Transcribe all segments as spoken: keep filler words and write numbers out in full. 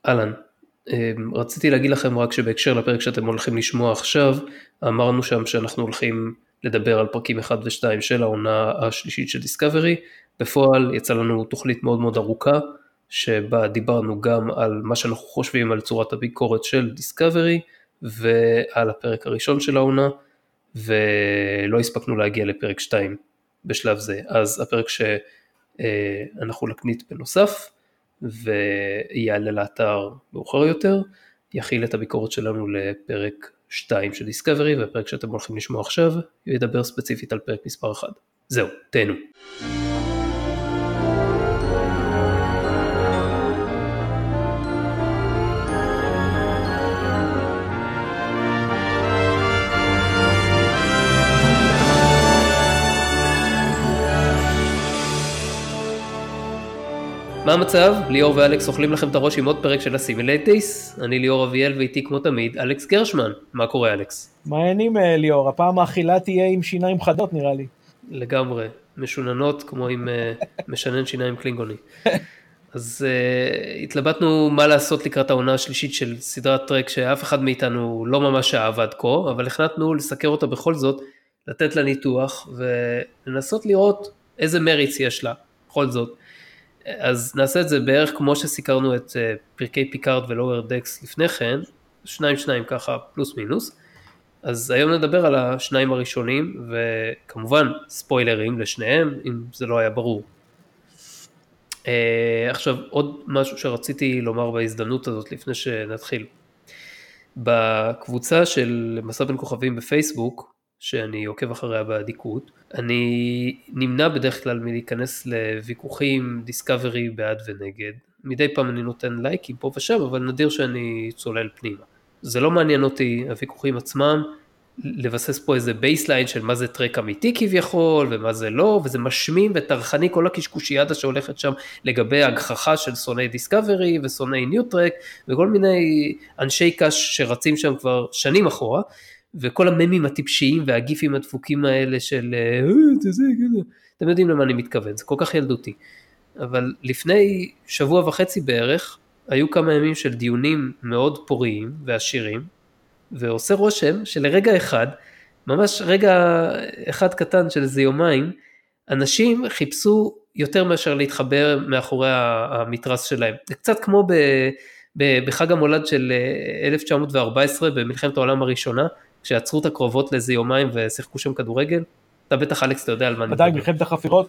אהלן, רציתי להגיד לכם רק שבהקשר לפרק שאתם הולכים לשמוע עכשיו, אמרנו שם שאנחנו הולכים לדבר על פרקים אחד ושתיים של העונה השלישית של דיסקאברי, בפועל יצא לנו תוכנית מאוד מאוד ארוכה, שבה דיברנו גם על מה שאנחנו חושבים על צורת הביקורת של דיסקאברי, ועל הפרק הראשון של העונה, ולא הספקנו להגיע לפרק שתיים בשלב זה, אז הפרק שאנחנו נקנית בנוסף, ויעלה לאתר מאוחר יותר, יכיל את הביקורת שלנו לפרק שתיים של דיסקאברי, והפרק שאתם הולכים לשמוע עכשיו, ידבר ספציפית על פרק מספר אחד. זהו, תהנו. מה המצב? ליאור ואלכס אוכלים לכם את הראש עם עוד פרק של הסימילייטיס. אני ליאור אביאל ואיתי כמו תמיד אלכס גרשמן. מה קורה אלכס? מה העניינים ליאור? הפעם האכילה תהיה עם שיניים חדות נראה לי. לגמרי, משוננות כמו עם משנן שיניים קלינגוני. אז uh, התלבטנו מה לעשות לקראת העונה השלישית של סדרת טרק שאף אחד מאיתנו לא ממש אהב עד כה, אבל החלטנו לסקר אותה בכל זאת, לתת לה ניתוח ולנסות לראות איזה מריץ יש לה בכל זאת. אז נעשה את זה בערך כמו שסיקרנו את פרקי פיקארד ולואוור דקס לפני כן, שניים שניים ככה פלוס מינוס, אז היום נדבר על השניים הראשונים, וכמובן ספוילרים לשניהם, אם זה לא היה ברור. עכשיו עוד משהו שרציתי לומר בהזדמנות הזאת לפני שנתחיל. בקבוצה של מסע בין כוכבים בפייסבוק, שאני עוקב אחריה בעדיקות, אני נמנע בדרך כלל מלהיכנס לוויכוחים, דיסקאברי בעד ונגד. מדי פעם אני נותן לייקים פה ושם, אבל נדיר שאני צולל פנימה. זה לא מעניין אותי, הוויכוחים עצמם, לבסס פה איזה בייסליין של מה זה טרק אמיתי כביכול, ומה זה לא, וזה משמים ותרחני כל הקשקושיאדה שהולכת שם, לגבי הגחכה של שונאי דיסקאברי ושונאי ניו טרק, וכל מיני אנשי קש שרצים שם כבר שנים אחורה, וכל הממים הטיפשיים והגיפים הדפוקים האלה של, אתם יודעים למה אני מתכוון, זה כל כך ילדותי. אבל לפני שבוע וחצי בערך, היו כמה ימים של דיונים מאוד פוריים ועשירים, ועושה רושם שלרגע אחד, ממש רגע אחד קטן של איזה יומיים, אנשים חיפשו יותר מאשר להתחבר מאחורי המתרס שלהם. זה קצת כמו ב, ב, בחג המולד של אלף תשע מאות וארבע עשרה, במלחמת העולם הראשונה, שעצרו את הקרובות לאיזה יומיים ושיחקו שם כדורגל. אתה בטח אלכס, אתה יודע על מה אני מדבר. ודאי, מלחמת החפירות.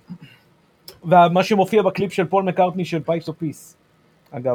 ומה שמופיע בקליפ של פול מקארטני של פייפס אוף פיס, אגב.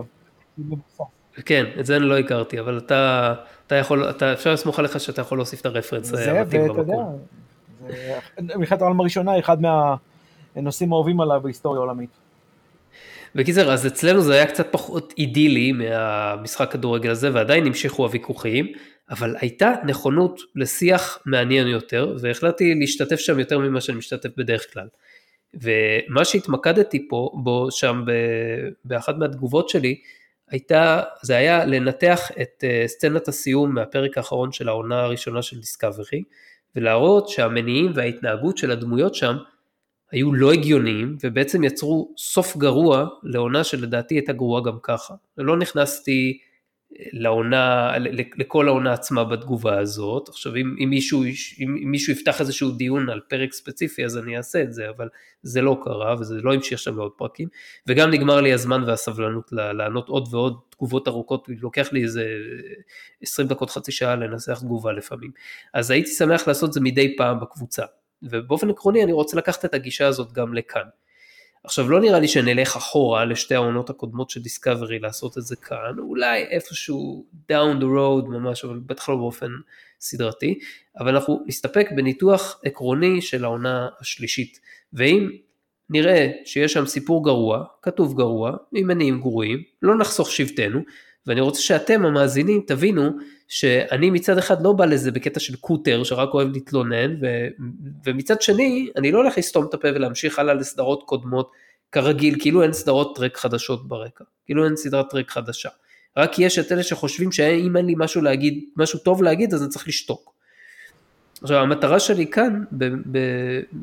כן, את זה אני לא הכרתי, אבל אתה, אתה יכול, אתה, אפשר לסמוך עליך שאתה יכול להוסיף את הרפרנס המתאים במקום. מלחמת העולם הראשונה, אחד מהנושאים האהובים עליו בהיסטוריה העולמית. בקיצר, אז אצלנו זה היה קצת פחות אידילי מהמשחק כדורגל הזה, ועדיין המשיכו הוויכוחים, אבל הייתה נכונות לשיח מעניין יותר, והחלטתי להשתתף שם יותר ממה שאני משתתף בדרך כלל. ומה שהתמקדתי פה, בו שם באחת מהתגובות שלי, הייתה, זה היה לנתח את סצנת הסיום מהפרק האחרון של העונה הראשונה של דיסקאברי, ולהראות שהמניעים וההתנהגות של הדמויות שם, היו לא הגיוניים, ובעצם יצרו סוף גרוע לעונה שלדעתי הייתה גרוע גם ככה. לא נכנסתי לעונה, לכל העונה עצמה בתגובה הזאת. עכשיו, אם, אם, מישהו, אם, אם מישהו יפתח איזשהו דיון על פרק ספציפי, אז אני אעשה את זה, אבל זה לא קרה, וזה לא המשיך שם לעוד פרקים, וגם נגמר לי הזמן והסבלנות לענות עוד ועוד תגובות ארוכות, לוקח לי איזה עשרים דקות, חצי שעה לנסח תגובה לפעמים. אז הייתי שמח לעשות זה מדי פעם בקבוצה. ובאופן עקרוני אני רוצה לקחת את הגישה הזאת גם לכאן. עכשיו לא נראה לי שנלך אחורה לשתי העונות הקודמות של דיסקאברי לעשות את זה כאן, אולי איפשהו down the road ממש, אבל בטח לא באופן סדרתי, אבל אנחנו נסתפק בניתוח עקרוני של העונה השלישית, ואם נראה שיש שם סיפור גרוע, כתוב גרוע, עם מניעים גרועים, לא נחסוך שבטנו, ואני רוצה שאתם המאזינים תבינו שאני מצד אחד לא בא לזה בקטע של קוטר שרק אוהב להתלונן, ו... ומצד שני אני לא הולך לסתום את הפה ולהמשיך הלאה לסדרות קודמות כרגיל, כאילו אין סדרות טרק חדשות ברקע, כאילו אין סדרת טרק חדשה, רק יש את אלה שחושבים שאם אין לי משהו להגיד, משהו טוב להגיד, אז אני צריך לשתוק. עכשיו המטרה שלי כאן, ב... ב...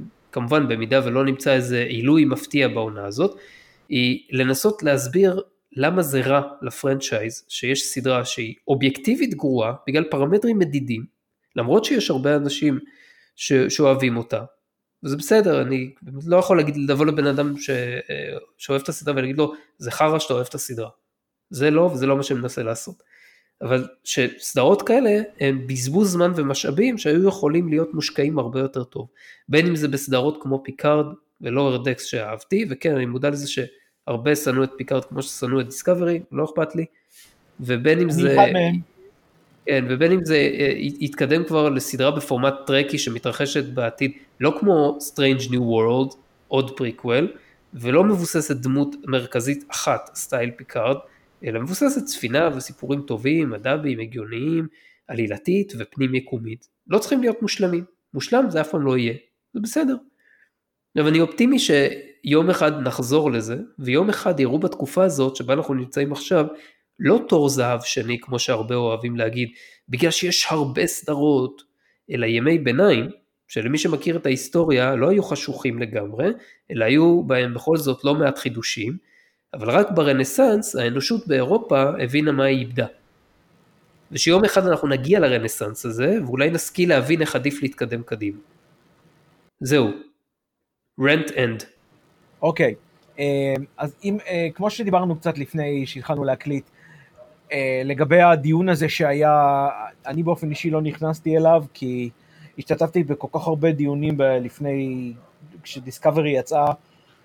כמובן במידה ולא נמצא איזה עילוי מפתיע בעונה הזאת, היא לנסות להסביר למה זה רע לפרנצ'ייז, שיש סדרה שהיא אובייקטיבית גרועה, בגלל פרמטרים מדידים, למרות שיש הרבה אנשים ש... שאוהבים אותה, וזה בסדר, אני לא יכול להגיד, לבוא לבן אדם ש... שאוהב את הסדרה, ולהגיד לו, זה חרא שאתה אוהב את הסדרה, זה לא, וזה לא מה שמנסה לעשות, אבל שסדרות כאלה, הן בזבוז זמן ומשאבים, שהיו יכולים להיות מושקעים הרבה יותר טוב, בין אם זה בסדרות כמו פיקארד, ולואר דקס שאהבתי, וכן, אני מודע לזה שהרבה שנאו את פיקארד, כמו ששנאו את דיסקאברי, לא אכפת לי, ובין אם זה... כן, ובין אם זה יתקדם כבר לסדרה בפורמט טרקי שמתרחשת בעתיד, לא כמו Strange New World, עוד פריקוול, ולא מבוססת דמות מרכזית אחת, סטייל פיקארד, אלא מבוססת ספינה וסיפורים טובים, מדבים, הגיוניים, עלילתית ופנים יקומית. לא צריכים להיות מושלמים, מושלם זה אף פעם לא יהיה, זה בסדר. אבל אני אופטימי שיום אחד נחזור לזה, ויום אחד יראו בתקופה הזאת שבה אנחנו נמצאים עכשיו, לא תור זהב שני, כמו שהרבה אוהבים להגיד, בגלל שיש הרבה סדרות, אלא ימי ביניים, שלמי שמכיר את ההיסטוריה, לא היו חשוכים לגמרי, אלא היו בהם בכל זאת לא מעט חידושים, אבל רק ברנסנס, האנושות באירופה הבינה מה היא איבדה. ושיום אחד אנחנו נגיע לרנסנס הזה, ואולי נשכיל להבין איך עדיף להתקדם קדימה. זהו. rent end. אוקיי, אז אם, כמו שדיברנו קצת לפני שהתחלנו להקליט, לגבי הדיון הזה שהיה, אני באופן אישי לא נכנסתי אליו, כי השתתפתי בכל כך הרבה דיונים לפני, כשדיסקאברי יצאה,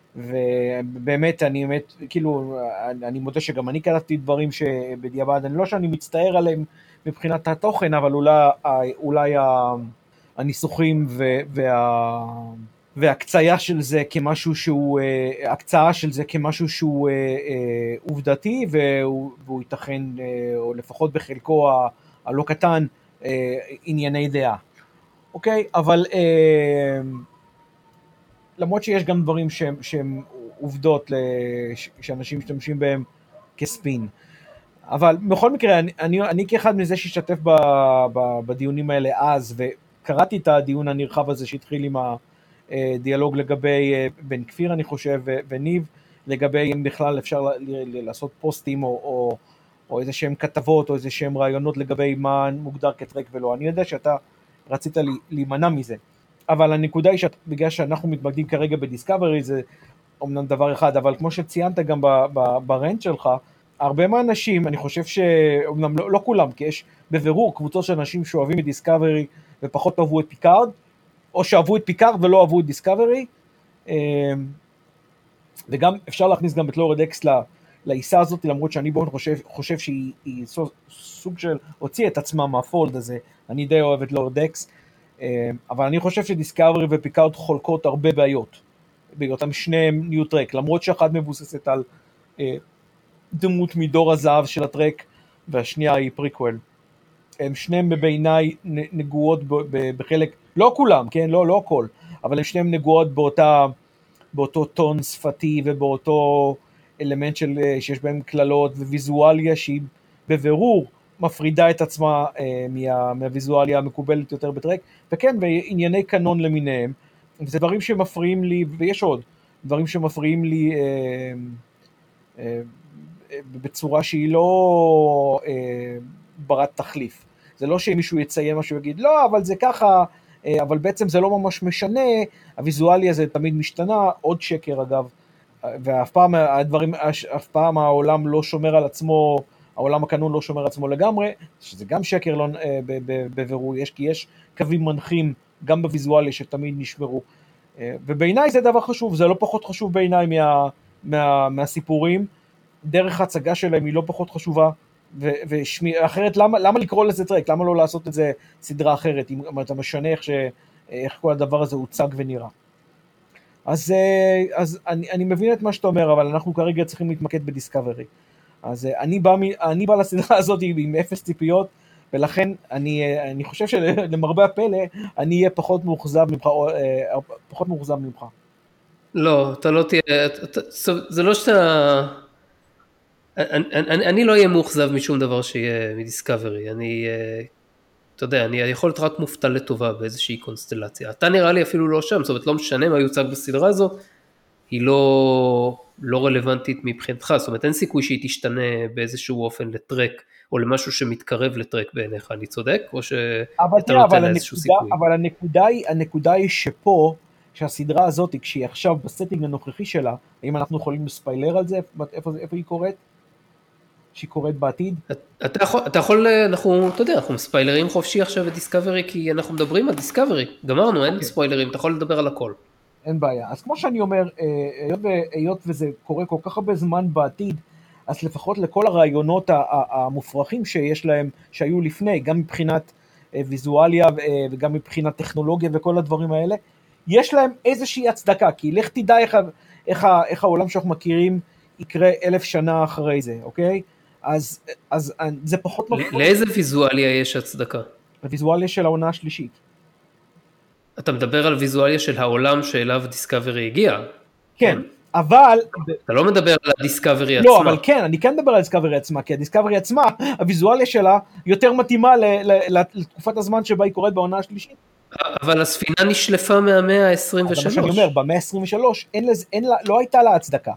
ובאמת, אני באמת, כאילו, אני מודה שגם אני כתבתי דברים שבדיעבד, אני לא שאני מצטער עליהם מבחינת התוכן, אבל אולי, אולי הניסוחים וה... והקציה של זה כמשהו שהוא, הקצאה של זה כמשהו שהוא עובדתי, והוא, והוא ייתכן, או לפחות בחלקו הלא קטן, ענייני דעה. אוקיי? אבל למרות שיש גם דברים שהם, שהם עובדות שאנשים משתמשים בהם כספין. אבל בכל מקרה, אני, אני, אני כאחד מזה שהשתתף בדיונים האלה אז, וקראתי את הדיון הנרחב הזה שהתחיל עם ה... דיאלוג לגבי בן כפיר אני חושב וניב, לגבי אם בכלל אפשר לעשות פוסטים או, או, או איזה שהם כתבות או איזה שהם רעיונות לגבי מה מוגדר כטרק ולא. אני יודע שאתה רצית להימנע מזה, אבל הנקודה היא שבגלל שאנחנו מתמקדים כרגע בדיסקאברי זה אומנם דבר אחד, אבל כמו שציינת גם ברנט שלך, הרבה מהאנשים, אני חושב שאומנם לא, לא כולם, כי יש בבירור קבוצות של אנשים שאוהבים את דיסקאברי ופחות אוהבו את פיקארד, או שאהבו את פיקארד ולא אהבו את דיסקאברי, וגם אפשר להכניס גם את לואר דקס לעיסה הזאת, למרות שאני בואו חושב, חושב שהיא סוג של, הוציא את עצמה מהפולד הזה, אני די אוהב את לואר דקס, אבל אני חושב שדיסקאברי ופיקארד חולקות הרבה בעיות, בהיותם שניהם ניו טרק, למרות שאחד מבוססת על דמות מדור הזהב של הטרק, והשנייה היא פריקוול. הם שניהם בעיניי נגועות בחלק, לא כולם, כן, לא, לא הכל, אבל הם שניהם נגועות באותה, באותו טון שפתי ובאותו אלמנט של, שיש בהם כללות וויזואליה שהיא בבירור מפרידה את עצמה אה, מה, מהוויזואליה המקובלת יותר בטרק, וכן, בענייני קנון למיניהם, וזה דברים שמפריעים לי, ויש עוד דברים שמפריעים לי אה, אה, בצורה שהיא לא אה, ברת תחליף. זה לא שמישהו יציין משהו ויגיד, לא, אבל זה ככה, אבל בעצם זה לא ממש משנה, הוויזואליה זה תמיד משתנה, עוד שקר אגב, ואף פעם הדברים, אף פעם העולם לא שומר על עצמו, העולם הקנון לא שומר על עצמו לגמרי, שזה גם שקר לא, בבירור, יש, כי יש קווים מנחים גם בוויזואליה שתמיד נשמרו, ובעיניי זה דבר חשוב, זה לא פחות חשוב בעיניי מה, מה, מהסיפורים, דרך ההצגה שלהם היא לא פחות חשובה, ואחרת, למה, למה לקרוא לזה טרק? למה לא לעשות את זה סדרה אחרת, אם אתה משנה איך, ש, איך כל הדבר הזה הוצג ונראה? אז, אז אני, אני מבין את מה שאתה אומר, אבל אנחנו כרגע צריכים להתמקד בדיסקאברי. אז אני בא, אני בא לסדרה הזאת עם אפס ציפיות, ולכן אני, אני חושב שלמרבה הפלא, אני אהיה פחות מאוכזב ממך, פחות מאוכזב ממך. לא, אתה לא תהיה, אתה, זה לא שאתה... אני, אני, אני לא אהיה מאוכזב משום דבר שיהיה מדיסקאברי, אני, אתה יודע, אני יכול להיות רק מופתע לטובה באיזושהי קונסטלציה, אתה נראה לי אפילו לא שם, זאת אומרת לא משנה מה יוצג בסדרה הזאת, היא לא, לא רלוונטית מבחינתך, זאת אומרת אין סיכוי שהיא תשתנה באיזשהו אופן לטרק, או למשהו שמתקרב לטרק בעיניך, אני צודק? או שאתה נותן לה איזשהו סיכוי? אבל הנקודה היא, הנקודה היא שפה, שהסדרה הזאת, כשהיא עכשיו בסטינג הנוכחי שלה, האם אנחנו יכולים לספיילר על זה, איפה, איפה היא קורית? שהיא קורית בעתיד? אתה יכול, אתה יכול, אנחנו, אתה יודע, אנחנו מספיילרים חופשי עכשיו בדיסקאברי, כי אנחנו מדברים על דיסקאברי, גמרנו, אין ספיילרים, אתה יכול לדבר על הכל. אין בעיה. אז כמו שאני אומר, היות וזה קורה כל כך הרבה זמן בעתיד, אז לפחות לכל הרעיונות המופרכים שיש להם, שהיו לפני, גם מבחינת ויזואליה וגם מבחינת טכנולוגיה וכל הדברים האלה, יש להם איזושהי הצדקה, כי לך תדע איך, איך, איך העולם שאנחנו מכירים יקרה אלף שנה אחרי זה, אוקיי? אז, אז זה פחות מפריע. לאיזה ויזואליה יש הצדקה? הוויזואליה של העונה השלישית. אתה מדבר על ויזואליה של העולם שאליו דיסקאברי הגיע? כן, אבל... אתה לא מדבר על הדיסקאברי עצמה. לא, אבל כן, אני כן מדבר על הדיסקאברי עצמה, כי הדיסקאברי עצמה, הוויזואליה שלה יותר מתאימה לתקופת הזמן שבה היא קורית בעונה השלישית. אבל הספינה נשלפה מהמאה ה-עשרים ושלוש. זה מה שאני אומר, במאה ה-עשרים ושלוש, אין לזה, אין לה, לא הייתה לה הצדקה.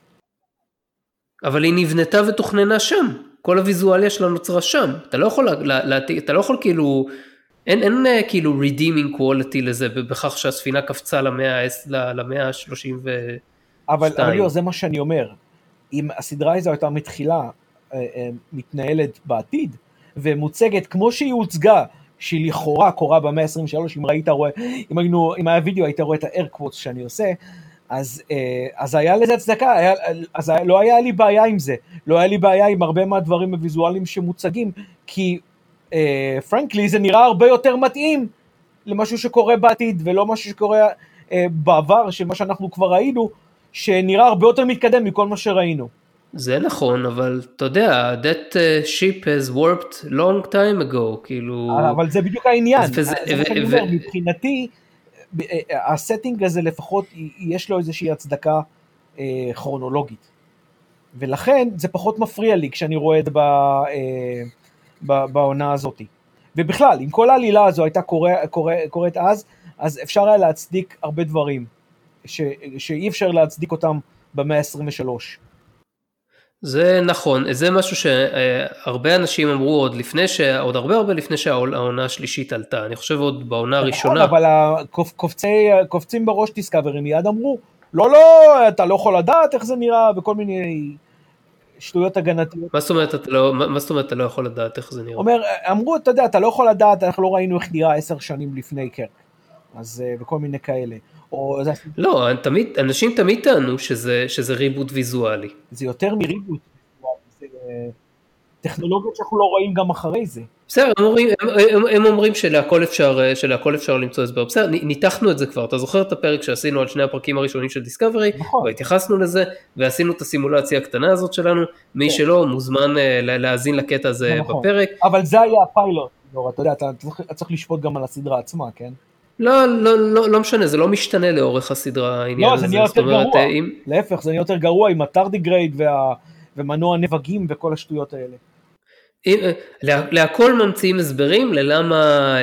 אבל היא נבנתה ותוכננה שם. כל הוויזואליה שלה נוצרה שם. אתה לא יכול, אתה לא יכול כאילו, אין, אין כאילו redeeming quality לזה, בכך שהספינה קפצה למאה ה-שלושים ושתיים. אבל, אבל לא, זה מה שאני אומר. אם הסדרה הזו הייתה מתחילה, מתנהלת בעתיד, ומוצגת כמו שהיא הוצגה, שהיא לכאורה קורה במאה ה-עשרים ושלוש, אם ראית, אם היינו, אם היה וידאו, היית רואה את ה-air quotes שאני עושה, אז, אז היה לזה הצדקה, היה, אז לא היה לי בעיה עם זה, לא היה לי בעיה עם הרבה מהדברים הוויזואליים שמוצגים, כי פרנקלי זה נראה הרבה יותר מתאים למשהו שקורה בעתיד, ולא משהו שקורה בעבר, שמה שאנחנו כבר ראינו, שנראה הרבה יותר מתקדם מכל מה שראינו. זה נכון, אבל אתה יודע, that ship has warped long time ago, כאילו... אבל זה בדיוק העניין, זה מה שאני אומר, מבחינתי, הסטינג הזה לפחות, יש לו איזושהי הצדקה כרונולוגית, ולכן זה פחות מפריע לי כשאני רואה את זה בעונה הזאת. ובכלל, אם כל העלילה הזו הייתה קורית אז, אז אפשר היה להצדיק הרבה דברים, שאי אפשר להצדיק אותם במאה ה-עשרים ושלוש. זה נכון, זה משהו שהרבה אנשים אמרו עוד לפני, עוד הרבה הרבה לפני שהעונה השלישית עלתה, אני חושב עוד בעונה הראשונה. אבל הקופצים בראש דיסקאברי מיד אמרו, לא לא, אתה לא יכול לדעת איך זה נראה, וכל מיני שטויות הגנתיות. מה זאת אומרת אתה לא, מה זאת אומרת אתה לא יכול לדעת איך זה נראה? אומר, אמרו, אתה יודע, אתה לא יכול לדעת, אנחנו לא ראינו איך נראה עשר שנים לפני קרק, אז וכל מיני כאלה. לא, תמיד, אנשים תמיד טענו שזה, שזה ריבוט ויזואלי. זה יותר מריבוט ויזואלי, זה טכנולוגיות שאנחנו לא רואים גם אחרי זה. בסדר, הם אומרים, הם, הם אומרים שלהכל אפשר, שלהכל אפשר למצוא הסבר. בסדר, ניתחנו את זה כבר, אתה זוכר את הפרק שעשינו על שני הפרקים הראשונים של דיסקאברי, נכון. והתייחסנו לזה, ועשינו את הסימולציה הקטנה הזאת שלנו, מי כן. שלא מוזמן להאזין לקטע הזה נכון. בפרק. אבל זה היה הפיילוט, אתה יודע, אתה צריך, צריך לשפוט גם על הסדרה עצמה, כן? לא, לא, לא, לא משנה, זה לא משתנה לאורך הסדרה העניין לא, זה נהיה יותר גרוע, אם... להפך, זה נהיה יותר גרוע עם הטרדיגרייד וה... ומנוע נבגים וכל השטויות האלה. להכל ממציאים הסברים ללמה,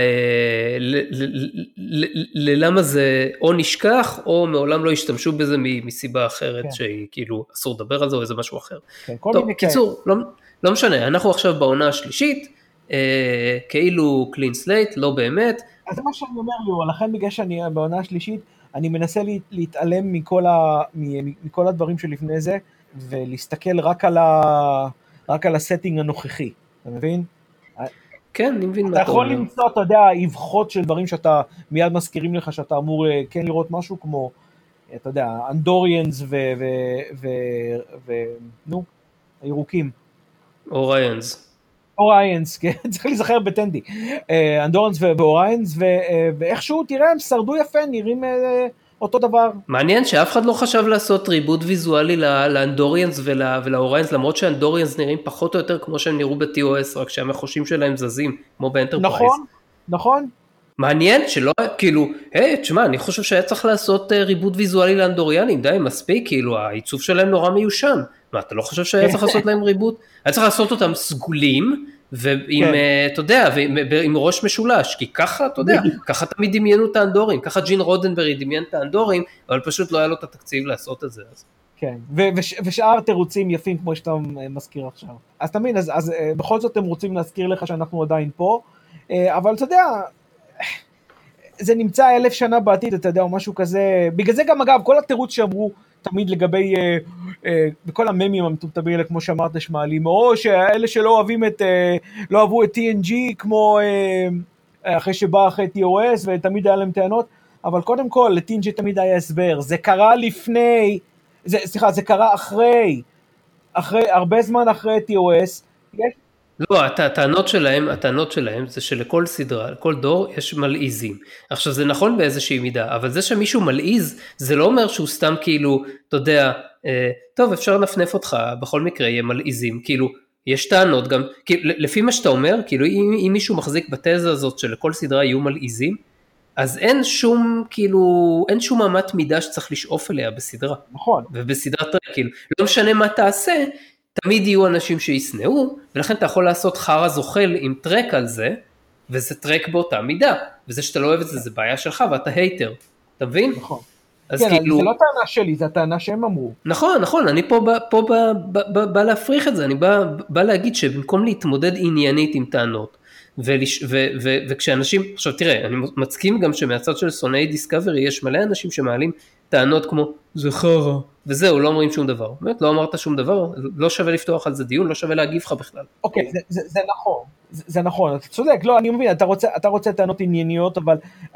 ללמה זה או נשכח, או מעולם לא השתמשו בזה מסיבה אחרת, שהיא כאילו אסור לדבר על זה או איזה משהו אחר. טוב, קיצור, לא משנה, אנחנו עכשיו בעונה השלישית, כאילו קלין סלייט, לא באמת. אז זה מה שאני אומר לי, לכן בגלל שאני בעונה השלישית, אני מנסה להתעלם מכל, ה, מכל הדברים שלפני זה, ולהסתכל רק על, ה, רק על הסטינג הנוכחי, אתה מבין? כן, אני מבין מה אתה יכול למצוא, אתה יודע, הבחות של דברים שאתה מיד מזכירים לך, שאתה אמור כן לראות משהו כמו, אתה יודע, אנדוריאנס ו... ו, ו, ו נו, הירוקים. אוריינס. אוריינס, כן, צריך להיזכר בטנדי, אנדורנס ואוריינס, ואיכשהו, תראה, הם שרדו יפה, נראים אותו דבר. מעניין שאף אחד לא חשב לעשות ריבוט ויזואלי לאנדוריאנס ולאוריינס, למרות שהאנדוריאנס נראים פחות או יותר כמו שהם נראו ב-טי או אס, רק שהמחושים שלהם זזים, כמו באנטרפרייז. נכון, נכון. מעניין שלא, כאילו, היי, תשמע, אני חושב שהיה צריך לעשות ריבוט ויזואלי לאנדוריאנים, די, מספיק, כאילו, העיצוב שלהם נורא מיושן. מה, אתה לא חושב שהיה צריך לעשות להם ריבוט? היה צריך לעשות אותם סגולים, ועם, אתה יודע, ועם ראש משולש, כי ככה, אתה יודע, ככה תמיד דמיינו את האנדורים, ככה ג'ין רודנברי דמיין את האנדורים, אבל פשוט לא היה לו את התקציב לעשות את זה. כן, ושאר תירוצים יפים כמו שאתה מזכיר עכשיו. אז תמיד, אז בכל זאת הם רוצים להזכיר לך שאנחנו עדיין פה, אבל אתה יודע, זה נמצא אלף שנה בעתיד, אתה יודע, או משהו כזה, בגלל זה גם אגב, כל התירוץ שאמרו תמיד לגבי, בכל הממים המטומטמים האלה, כמו שאמרת, שמעלים, או שאלה שלא אוהבים את, לא אהבו את טי אן ג'י, כמו אחרי שבא אחרי טי או אס, ותמיד היה להם טענות, אבל קודם כל, ל-טי אן ג'י תמיד היה הסבר, זה קרה לפני, זה, סליחה, זה קרה אחרי, אחרי, הרבה זמן אחרי טי או אס, יש... לא, הטענות שלהם, הטענות שלהם זה שלכל סדרה, לכל דור יש מלעיזים. עכשיו זה נכון באיזושהי מידה, אבל זה שמישהו מלעיז, זה לא אומר שהוא סתם כאילו, אתה יודע, אה, טוב אפשר לנפנף אותך, בכל מקרה יהיה מלעיזים, כאילו יש טענות גם, כאילו, לפי מה שאתה אומר, כאילו אם, אם מישהו מחזיק בתזה הזאת שלכל סדרה יהיו מלעיזים, אז אין שום, כאילו, אין שום אמת מידה שצריך לשאוף אליה בסדרה. נכון. ובסדרת טרק, כאילו, לא משנה מה תעשה, תמיד יהיו אנשים שיסנאו, ולכן אתה יכול לעשות חרה זוחל עם טרק על זה, וזה טרק באותה מידה, וזה שאתה לא אוהב את זה, זה בעיה שלך, ואתה הייטר, אתה מבין? נכון. אז כן, כאילו... זה לא טענה שלי, זה הטענה שהם אמרו. נכון, נכון, אני פה, בא, פה בא, בא, בא, בא להפריך את זה, אני בא, בא להגיד שבמקום להתמודד עניינית עם טענות, ולש, ו, ו, וכשאנשים, עכשיו תראה, אני מצקים גם שמהצד של סונאי דיסקאברי, יש מלא אנשים שמעלים טענות כמו, זה חרה, וזהו, לא אומרים שום דבר, באמת, לא אמרת שום דבר, לא שווה לפתוח על זה דיון, לא שווה להגיב לך בכלל. אוקיי, זה, זה, זה נכון, זה, זה נכון, אתה צודק, לא, אני מבין, אתה רוצה, אתה רוצה טענות ענייניות, אבל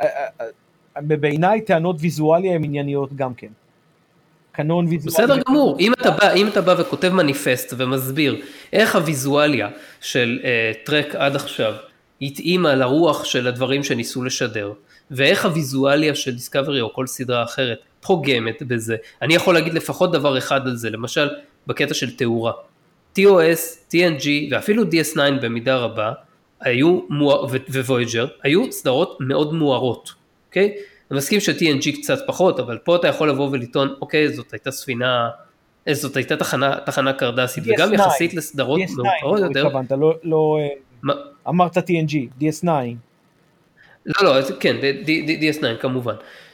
בעיניי טענות ויזואליה הן ענייניות גם כן. קנון ויזואליה. בסדר גמור, אם אתה בא, אם אתה בא וכותב מניפסט ומסביר איך הוויזואליה של uh, טרק עד עכשיו התאימה לרוח של הדברים שניסו לשדר, ואיך הוויזואליה של דיסקאברי או כל סדרה אחרת פוגמת בזה, אני יכול להגיד לפחות דבר אחד על זה, למשל בקטע של תאורה. טי או אס, טי אן ג'י ואפילו די אס ניין במידה רבה, היו, וויג'ר, היו סדרות מאוד מוארות, אוקיי? אני מסכים ש-טי אן ג'י קצת פחות, אבל פה אתה יכול לבוא ולטעון, אוקיי, זאת הייתה ספינה, זאת הייתה תחנה, תחנה קרדסית, וגם יחסית לסדרות מאוחרות יותר. לא אמרת טי אן ג'י, די אס ניין. לא, לא, כן, די אס ניין כמובן.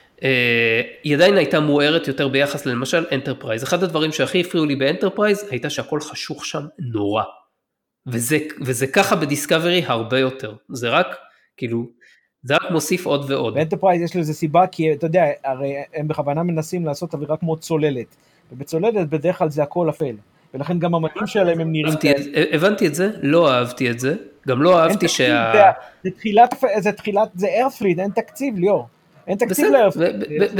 היא עדיין הייתה מוארת יותר ביחס למשל אנטרפרייז. אחד הדברים שהכי הפריעו לי באנטרפרייז, הייתה שהכל חשוך שם נורא. וזה, וזה ככה בדיסקאברי הרבה יותר. זה רק, כאילו, זה רק מוסיף עוד ועוד. באנטרפרייז יש לזה סיבה, כי אתה יודע, הרי הם בכוונה מנסים לעשות אווירה כמו צוללת, ובצוללת בדרך כלל זה הכל אפל, ולכן גם המדים שלהם הם נראים כאלה. הבנתי את זה, לא אהבתי את זה, גם לא אהבתי שה... זה תחילת, זה תחילת, זה איירפליט, אין תקציב, ליאור. אין תקציב לאיירפליט.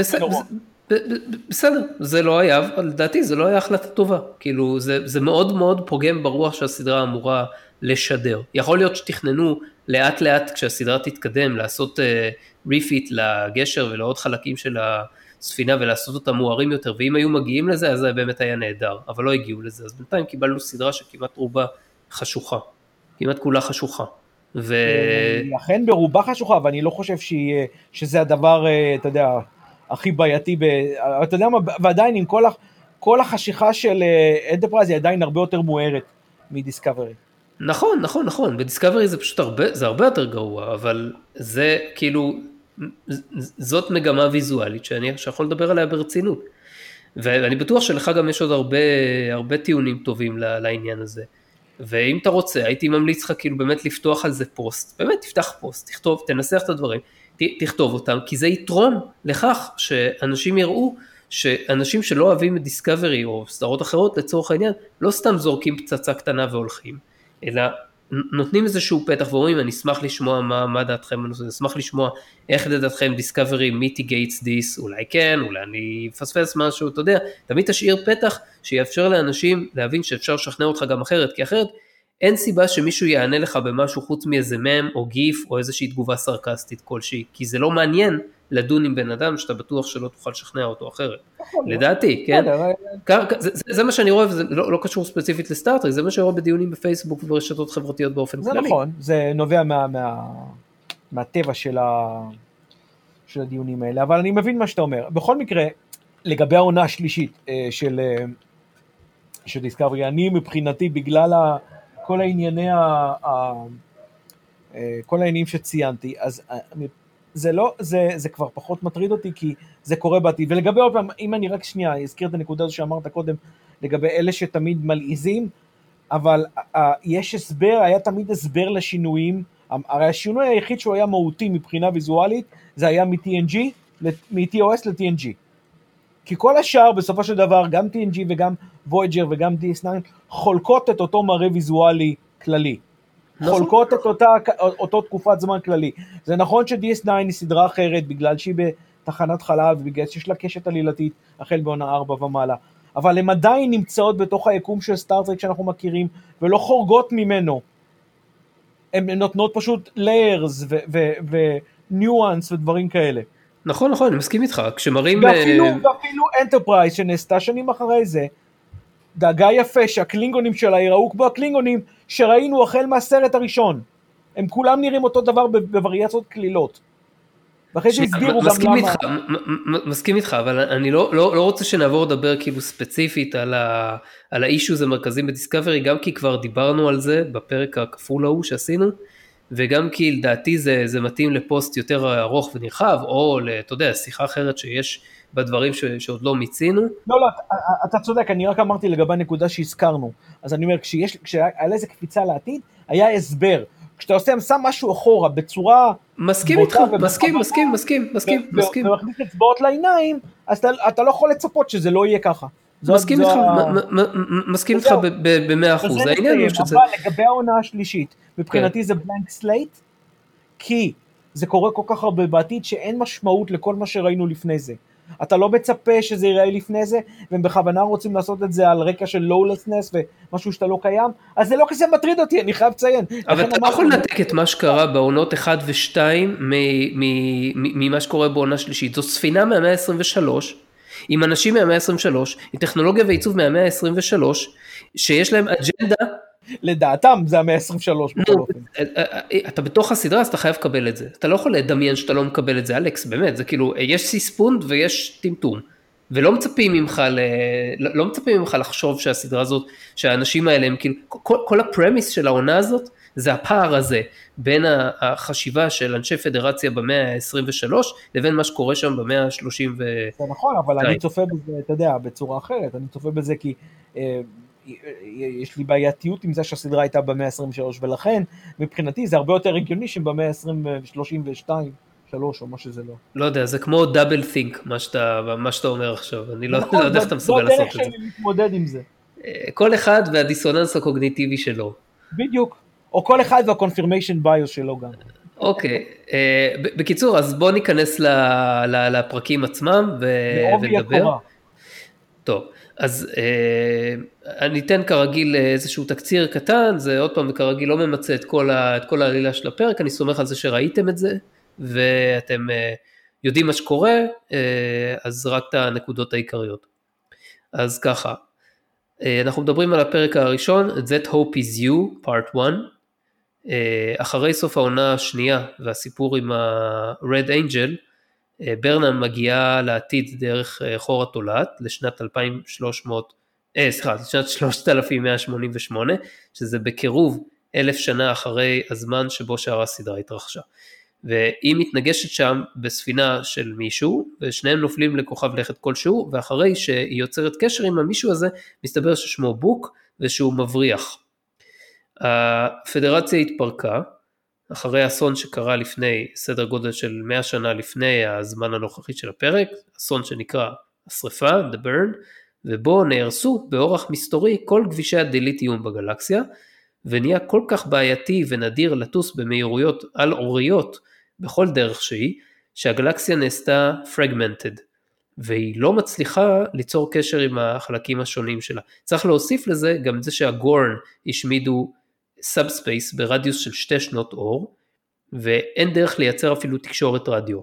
בסדר, זה לא היה, לדעתי זה לא היה החלטה טובה, כאילו זה מאוד מאוד פוגם ברוח שהסדרה אמורה לשדר. יכול להיות שתכננו לאט לאט כשהסדרה תתקדם לעשות ריפיט לגשר ולעוד חלקים של הספינה ולעשות אותם מוארים יותר, ואם היו מגיעים לזה אז זה באמת היה נהדר, אבל לא הגיעו לזה, אז בינתיים קיבלנו סדרה שכמעט רובה חשוכה, כמעט כולה חשוכה. ו... לכן ברובה חשוכה, ואני לא חושב שהיא, שזה הדבר, אתה יודע, הכי בעייתי, ב... אתה יודע מה, ועדיין עם כל, ה... כל החשיכה של אנטרפרייז היא עדיין הרבה יותר מוארת מדיסקאברי. נכון, נכון, נכון, בדיסקאברי זה פשוט הרבה, זה הרבה יותר גרוע, אבל זה כאילו, זאת מגמה ויזואלית שאני יכול לדבר עליה ברצינות, ואני בטוח שלך גם יש עוד הרבה, הרבה טיעונים טובים לעניין הזה, ואם אתה רוצה, הייתי ממליץ לך כאילו באמת לפתוח על זה פוסט, באמת תפתח פוסט, תכתוב, תנסח את הדברים, תכתוב אותם, כי זה יתרום לכך שאנשים יראו, שאנשים שלא אוהבים את דיסקאברי או סדרות אחרות לצורך העניין, לא סתם זורקים פצצה קטנה והולכים, אלא נותנים איזשהו פתח ואומרים, אני אשמח לשמוע מה, מה דעתכם, אני אשמח לשמוע איך לדעתכם דיסקאברי מיטיגייטס דיס, אולי כן, אולי אני אפספס משהו, אתה יודע, תמיד תשאיר פתח שיאפשר לאנשים להבין שאפשר לשכנע אותך גם אחרת, כי אחרת אין סיבה שמישהו יענה לך במשהו חוץ מאיזה מם או גיף או איזושהי תגובה סרקסטית כלשהי, כי זה לא מעניין לדון עם בן אדם שאתה בטוח שלא תוכל לשכנע אותו אחרת. לדעתי, כן? זה מה שאני רואה, וזה לא קשור ספציפית לסטארטרק, זה מה שאני רואה בדיונים בפייסבוק וברשתות חברתיות באופן כללי. זה נכון, זה נובע מהטבע של הדיונים האלה, אבל אני מבין מה שאתה אומר. בכל מקרה, לגבי העונה השלישית של דיסקאברי, אני מבחינתי בגלל כל הענייני ה... ה... כל העניינים שציינתי, אז זה לא, זה, זה כבר פחות מטריד אותי, כי זה קורה בעתיד. ולגבי עוד פעם, אם אני רק שנייה, אזכיר את הנקודה הזו שאמרת קודם, לגבי אלה שתמיד מלעיזים, אבל uh, יש הסבר, היה תמיד הסבר לשינויים, הרי השינוי היחיד שהוא היה מהותי מבחינה ויזואלית, זה היה מ-טי אן ג'י, מ-טי או אס ל-טי אן ג'י. כי כל השאר בסופו של דבר, גם טי אן ג'י וגם Voyager וגם די אס תשע, חולקות את אותו מראה ויזואלי כללי. חולקות את אותה, אותו תקופת זמן כללי. זה נכון ש-די אס תשע היא סדרה אחרת, בגלל שהיא בתחנת חלב, ובגלל שיש לה קשת עלילתית, החל בעונה ארבע ומעלה. אבל הן עדיין נמצאות בתוך היקום של סטארטרק שאנחנו מכירים, ולא חורגות ממנו. הן נותנות פשוט layers וניואנס ודברים כאלה. נכון, נכון, אני מסכים איתך. כשמראים... ואפילו, ואפילו אנטרפרייז שנעשתה שנים אחרי זה, דאגה יפה שהקלינגונים שלה יראו כמו הקלינגונים שראינו החל מהסרט הראשון. הם כולם נראים אותו דבר בווריאציות כלילות. ואחרי שהסבירו גם מסכים למה... איתך, מסכים איתך, אבל אני לא, לא, לא רוצה שנעבור לדבר כאילו ספציפית על, ה, על האישוז המרכזיים בדיסקאברי, גם כי כבר דיברנו על זה בפרק הכפול ההוא שעשינו, וגם כי לדעתי זה, זה מתאים לפוסט יותר ארוך ונרחב, או אתה יודע, שיחה אחרת שיש בדברים ש, שעוד לא מיצינו. לא, לא, אתה, אתה צודק, אני רק אמרתי לגבי הנקודה שהזכרנו. אז אני אומר, כשיש, כשהיה איזה קפיצה לעתיד, היה הסבר. כשאתה עושה, שם משהו אחורה, בצורה... מסכים איתך, מסכים, מסכים, מסכים, מסכים, מסכים. ומכניס אצבעות לעיניים, אז אתה, אתה לא יכול לצפות שזה לא יהיה ככה. מסכים איתך, מסכים איתך ב-מאה אחוז. העניין הוא שזה... אבל לגבי העונה השלישית, מבחינתי זה בלנק סלייט, כי זה קורה כל כך הרבה בעתיד, שאין משמעות לכל מה שראינו לפני זה. אתה לא מצפה שזה ייראה לפני זה, והם בכוונה רוצים לעשות את זה על רקע של lawlessness ומשהו שאתה לא קיים, אז זה לא כזה מטריד אותי, אני חייב לציין. אבל אתה לא יכול לנתק את מה שקרה בעונות אחת ושתיים ממה שקורה בעונה שלישית. זו ספינה מהמאה ה-עשרים ושלוש, עם אנשים מהמאה ה-עשרים ושלוש, עם טכנולוגיה ועיצוב מהמאה ה-עשרים ושלוש, שיש להם אג'נדה, לדעתם זה המאה ה-עשרים ושלוש. אתה בתוך הסדרה אז אתה חייב לקבל את זה, אתה לא יכול לדמיין שאתה לא מקבל את זה, אלכס, באמת, זה כאילו, יש סיספונד ויש טמטום, ולא מצפים ממך, לא מצפים ממך לחשוב שהסדרה הזאת, שהאנשים האלה הם כאילו, כל הפרמיס של העונה הזאת, זה הפער הזה, בין החשיבה של אנשי פדרציה במאה ה-עשרים ושלוש, לבין מה שקורה שם במאה ה-שלושים ושתיים. זה נכון, אבל אני צופה בזה, אתה יודע, בצורה אחרת, אני צופה בזה כי... יש לי בעייתיות עם זה שהסדרה הייתה במאה ה-עשרים ושלוש, ולכן מבחינתי זה הרבה יותר הגיוני שבמאה ה-שלושים ושתיים, שלוש או מה שזה לא. לא יודע, זה כמו דאבל תינק, מה שאתה, מה שאתה אומר עכשיו, אני לא, לא יודע איך אתה מסוגל לעשות את זה. זו הדרך שלי להתמודד עם זה. כל אחד והדיסוננס הקוגניטיבי שלו. בדיוק, או כל אחד והקונפירמיישן ביוס שלו גם. אוקיי, בקיצור, אז בוא ניכנס לפרקים עצמם ונדבר. טוב. אז אה, אני אתן כרגיל איזשהו תקציר קטן, זה עוד פעם וכרגיל לא ממצא את כל, ה, את כל העלילה של הפרק, אני סומך על זה שראיתם את זה, ואתם אה, יודעים מה שקורה, אה, אז רק את הנקודות העיקריות. אז ככה, אה, אנחנו מדברים על הפרק הראשון, That Hope is You, Part one, אה, אחרי סוף העונה השנייה, והסיפור עם ה-Red Angel, ברנם מגיעה לעתיד דרך חור התולעת לשנת אלפיים ושלוש מאות, אה, סליחה, לשנת שלושת אלפים מאה שמונים ושמונה, שזה בקירוב אלף שנה אחרי הזמן שבו שער הסדרה התרחשה. והיא מתנגשת שם בספינה של מישהו, ושניהם נופלים לכוכב לכת כלשהו, ואחרי שהיא יוצרת קשר עם המישהו הזה, מסתבר ששמו בוק, ושהוא מבריח. הפדרציה התפרקה, אחרי אסון שקרה לפני סדר גודל של מאה שנה לפני הזמן הנוכחי של הפרק, אסון שנקרא השריפה, The Burn, ובו נהרסו באורח מסתורי כל כבישי הדליטיום בגלקסיה, ונהיה כל כך בעייתי ונדיר לטוס במהירויות על עוריות בכל דרך שהיא, שהגלקסיה נעשתה fragmented, והיא לא מצליחה ליצור קשר עם החלקים השונים שלה. צריך להוסיף לזה גם את זה שהגורן השמידו סאבספייס ברדיוס של שתי שנות אור, ואין דרך לייצר אפילו תקשורת רדיו.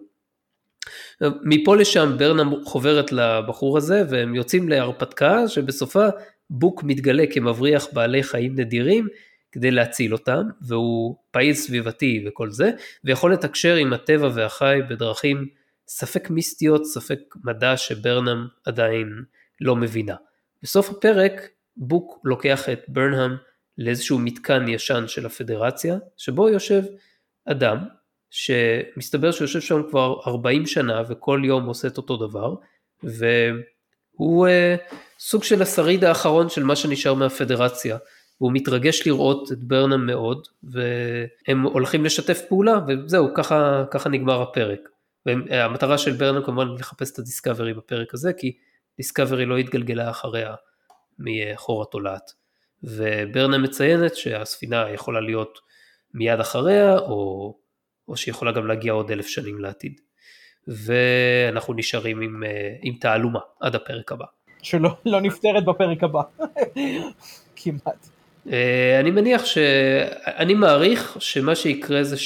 מפה לשם ברנם חוברת לבחור הזה, והם יוצאים להרפתקה שבסופה בוק מתגלה כמבריח בעלי חיים נדירים, כדי להציל אותם, והוא פעיל סביבתי וכל זה, ויכול לתקשר עם הטבע והחי בדרכים ספק מיסטיות, ספק מדע שברנם עדיין לא מבינה. בסוף הפרק בוק לוקח את ברנם לאיזשהו מתקן ישן של הפדרציה, שבו יושב אדם, שמסתבר שיושב שם כבר ארבעים שנה, וכל יום עושה את אותו דבר, והוא uh, סוג של השריד האחרון של מה שנשאר מהפדרציה, והוא מתרגש לראות את ברנם מאוד, והם הולכים לשתף פעולה, וזהו, ככה, ככה נגמר הפרק. והמטרה של ברנם כמובן לחפש את הדיסקאברי בפרק הזה, כי דיסקאברי לא התגלגלה אחריה מחור התולעת. וברנם מציינת שהספינה יכולה להיות מיד אחריה, או, או שיכולה גם להגיע עוד אלף שנים לעתיד. ואנחנו נשארים עם, עם תעלומה עד הפרק הבא. שלא לא נפטרת בפרק הבא. כמעט. אני מניח ש... אני מעריך שמה שיקרה זה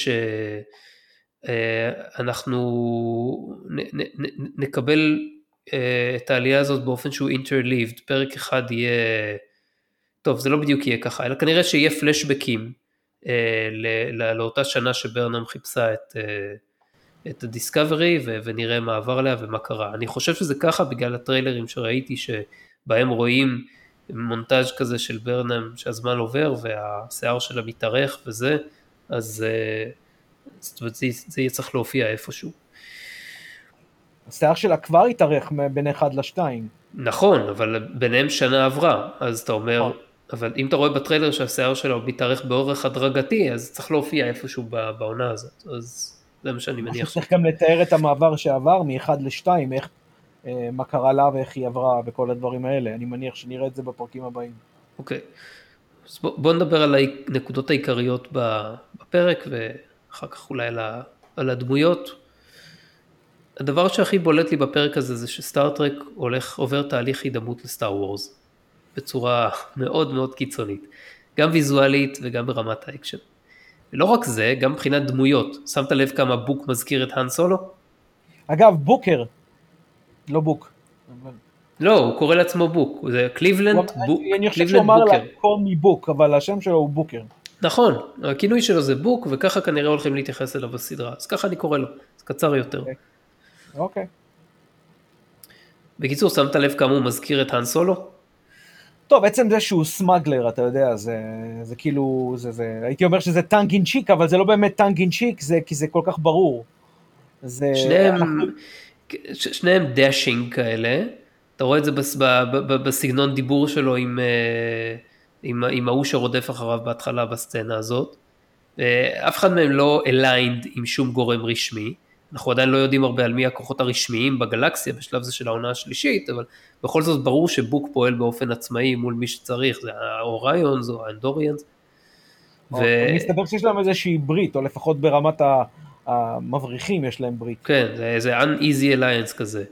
שאנחנו נ, נ, נקבל את העלייה הזאת באופן שהוא interleaved, פרק אחד יהיה, טוב זה לא בדיוק יהיה ככה, אלא כנראה שיהיה פלשבקים לאותה שנה שברנם חיפשה את, את הדיסקאברי ונראה מה עבר עליה ומה קרה. אני חושב שזה ככה בגלל הטריילרים שראיתי שבהם רואים מונטאז' כזה של ברנם שהזמן עובר והשיער שלה מתארך וזה, אז זה, זה יהיה צריך להופיע איפשהו. השיער שלה כבר התארך בין אחד לשתיים. נכון, אבל ביניהם שנה עברה, אז אתה אומר, אבל אם אתה רואה בטריילר שהשיער שלה מתארך באורך הדרגתי, אז צריך להופיע איפשהו בעונה הזאת, אז זה מה שאני מניח. צריך גם לתאר את המעבר שעבר מ-אחד ל-שתיים, איך, מה קרה לה ואיך היא עברה וכל הדברים האלה, אני מניח שנראה את זה בפרקים הבאים. אוקיי, אז בוא, בוא נדבר על הנקודות העיקריות בפרק, ואחר כך אולי על, על הדמויות. הדבר שהכי בולט לי בפרק הזה זה שסטארטרק הולך, עובר תהליך הידמות לסטאר וורס, בצורה מאוד מאוד קיצונית, גם ויזואלית וגם ברמת האקשן. ולא רק זה, גם מבחינת דמויות. שמת לב כמה בוק מזכיר את האן סולו? אגב, בוקר, לא בוק. לא, הוא קורא לעצמו בוק, זה קליבלנד בוק. אני חושב שהוא אמר לה קומי בוק, אבל השם שלו הוא בוקר. נכון, הכינוי שלו זה בוק, וככה כנראה הולכים להתייחס אליו בסדרה, אז ככה אני קורא לו, זה קצר יותר. אוקיי. בקיצור, שמת לב כמה הוא מזכיר את האן סולו? טוב, בעצם זה שהוא סמגלר, אתה יודע, זה, זה כאילו, זה, זה, הייתי אומר שזה טנק אין צ'יק, אבל זה לא באמת טנק אין צ'יק, זה, כי זה כל כך ברור. זה... שניהם, שניהם דשינג כאלה, אתה רואה את זה בס, ב, ב, ב, בסגנון דיבור שלו עם, עם, עם ההוא שרודף אחריו בהתחלה בסצנה הזאת. אף אחד מהם לא aligned עם שום גורם רשמי, אנחנו עדיין לא יודעים הרבה על מי הכוחות הרשמיים בגלקסיה בשלב זה של העונה השלישית, אבל בכל זאת ברור שבוק פועל באופן עצמאי מול מי שצריך, זה האוריונס או האנדוריאנס. מסתבר שיש להם איזושהי ברית, או לפחות ברמת המבריחים יש להם ברית. כן, זה uneasy alliance כזה.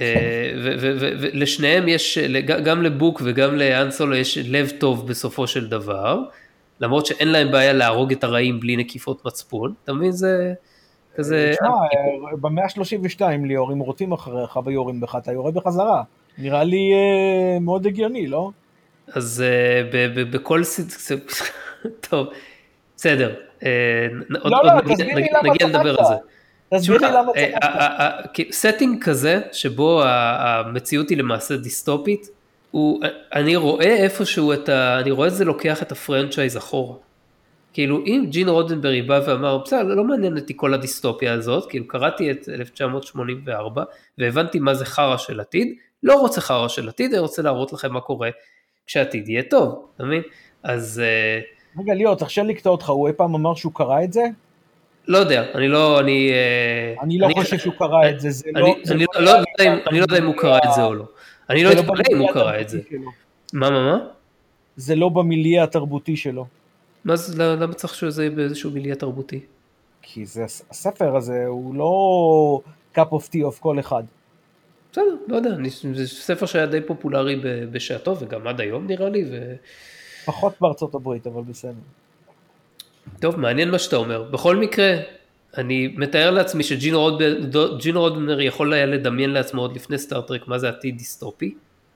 ולשניהם יש, גם לבוק וגם לאן סולו יש לב טוב בסופו של דבר, למרות שאין להם בעיה להרוג את הרעים בלי נקיפות מצפון, אתה מבין זה... תשמע, במאה שלושים ושתיים ליאור, אם רוצים אחריך ויורים בך, אתה יורה בחזרה. נראה לי מאוד הגיוני, לא? אז בכל... טוב, בסדר. לא, לא, תסביר לי למה צחקת. תסביר לי למה צחקת. סטינג כזה, שבו המציאות היא למעשה דיסטופית, אני רואה איפשהו את ה... אני רואה את זה לוקח את הפרנצ'ייז אחורה. כאילו אם ג'ין רודנברי בא ואמר, בסדר, לא מעניין אותי כל הדיסטופיה הזאת, כאילו קראתי את אלף תשע מאות שמונים וארבע, והבנתי מה זה חרא של עתיד, לא רוצה חרא של עתיד, אני רוצה להראות לכם מה קורה כשעתיד יהיה טוב, אתה מבין? אז... רגע, ליאור, תחשב לקטוע אותך, הוא אי פעם אמר שהוא קרא את זה? לא יודע, אני לא, אני... אני לא חושב שהוא קרא את זה, זה לא... אני לא יודע אם הוא קרא את זה או לא. אני לא אתפלא אם הוא קרא את זה. מה, מה, מה? זה לא במיליה התרבותי שלו. מה זה, למה צריך שזה יהיה באיזשהו מיליה תרבותי? כי זה, הספר הזה הוא לא cup of tea of כל אחד. בסדר, לא יודע, זה ספר שהיה די פופולרי בשעתו, וגם עד היום נראה לי, ו... פחות בארצות הברית, אבל בסדר. טוב, מעניין מה שאתה אומר. בכל מקרה, אני מתאר לעצמי שג'ין רודנברי יכול היה לדמיין לעצמו עוד לפני סטארטרק, מה זה עתיד דיסטופי,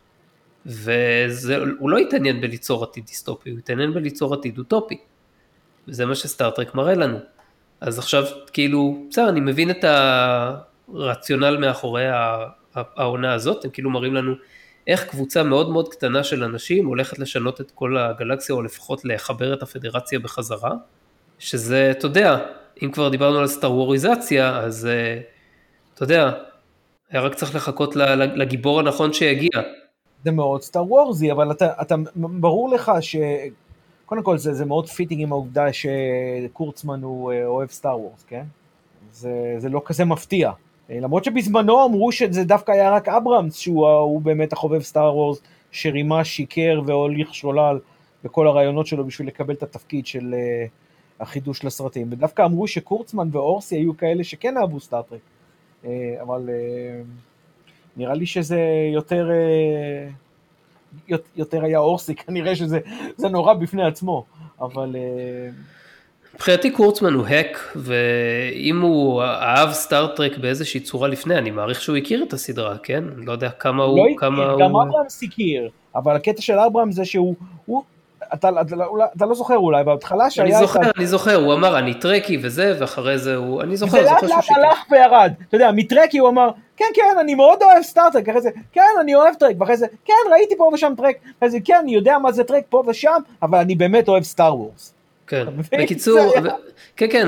והוא לא התעניין בליצור עתיד דיסטופי, הוא התעניין בליצור עתיד אוטופי, וזה מה שסטארטרק מראה לנו. אז עכשיו, כאילו, בסדר, אני מבין את הרציונל מאחורי העונה הזאת, הם כאילו מראים לנו איך קבוצה מאוד מאוד קטנה של אנשים הולכת לשנות את כל הגלקסיה, או לפחות לחבר את הפדרציה בחזרה, שזה, אתה יודע, אם כבר דיברנו על סטאר-ווריזציה, אז אתה יודע, היה רק צריך לחכות לגיבור הנכון שיגיע. זה מאוד סטאר וורזי, אבל אתה, אתה, ברור לך ש... קודם כל זה, זה מאוד פיטינג עם העובדה שקורצמן הוא אוהב סטאר וורס, כן? זה, זה לא כזה מפתיע. למרות שבזמנו אמרו שזה דווקא היה רק אברהמס, שהוא הוא באמת החובב סטאר וורס, שרימה, שיקר והוליך שולל בכל הרעיונות שלו בשביל לקבל את התפקיד של uh, החידוש לסרטים. ודווקא אמרו שקורצמן ואורסי היו כאלה שכן אהבו סטארטרק. Uh, אבל uh, נראה לי שזה יותר... Uh, יותר היה אורסי, כנראה שזה זה נורא בפני עצמו, אבל... מבחינתי קורצמן הוא הק, ואם הוא אהב סטארטרק באיזושהי צורה לפני, אני מעריך שהוא הכיר את הסדרה, כן? לא יודע כמה הוא... לא הכיר, גם אברהמס הכיר, אבל הקטע של אברהמס זה שהוא... אתה, אתה, אתה לא זוכר אולי, בהתחלה שהיה... אני זוכר, את... אני זוכר, הוא אמר, אני טרקי וזה, ואחרי זה הוא... אני זוכר, זה לאט לאט הלך וירד, אתה יודע, מטרקי הוא אמר, כן, כן, אני מאוד אוהב סטארטרק, אחרי זה, כן, אני אוהב טרק, ואחרי זה, כן, ראיתי פה ושם טרק, אחרי זה, כן, אני יודע מה זה טרק פה ושם, אבל אני באמת אוהב סטאר וורס. כן, בקיצור, כן, כן,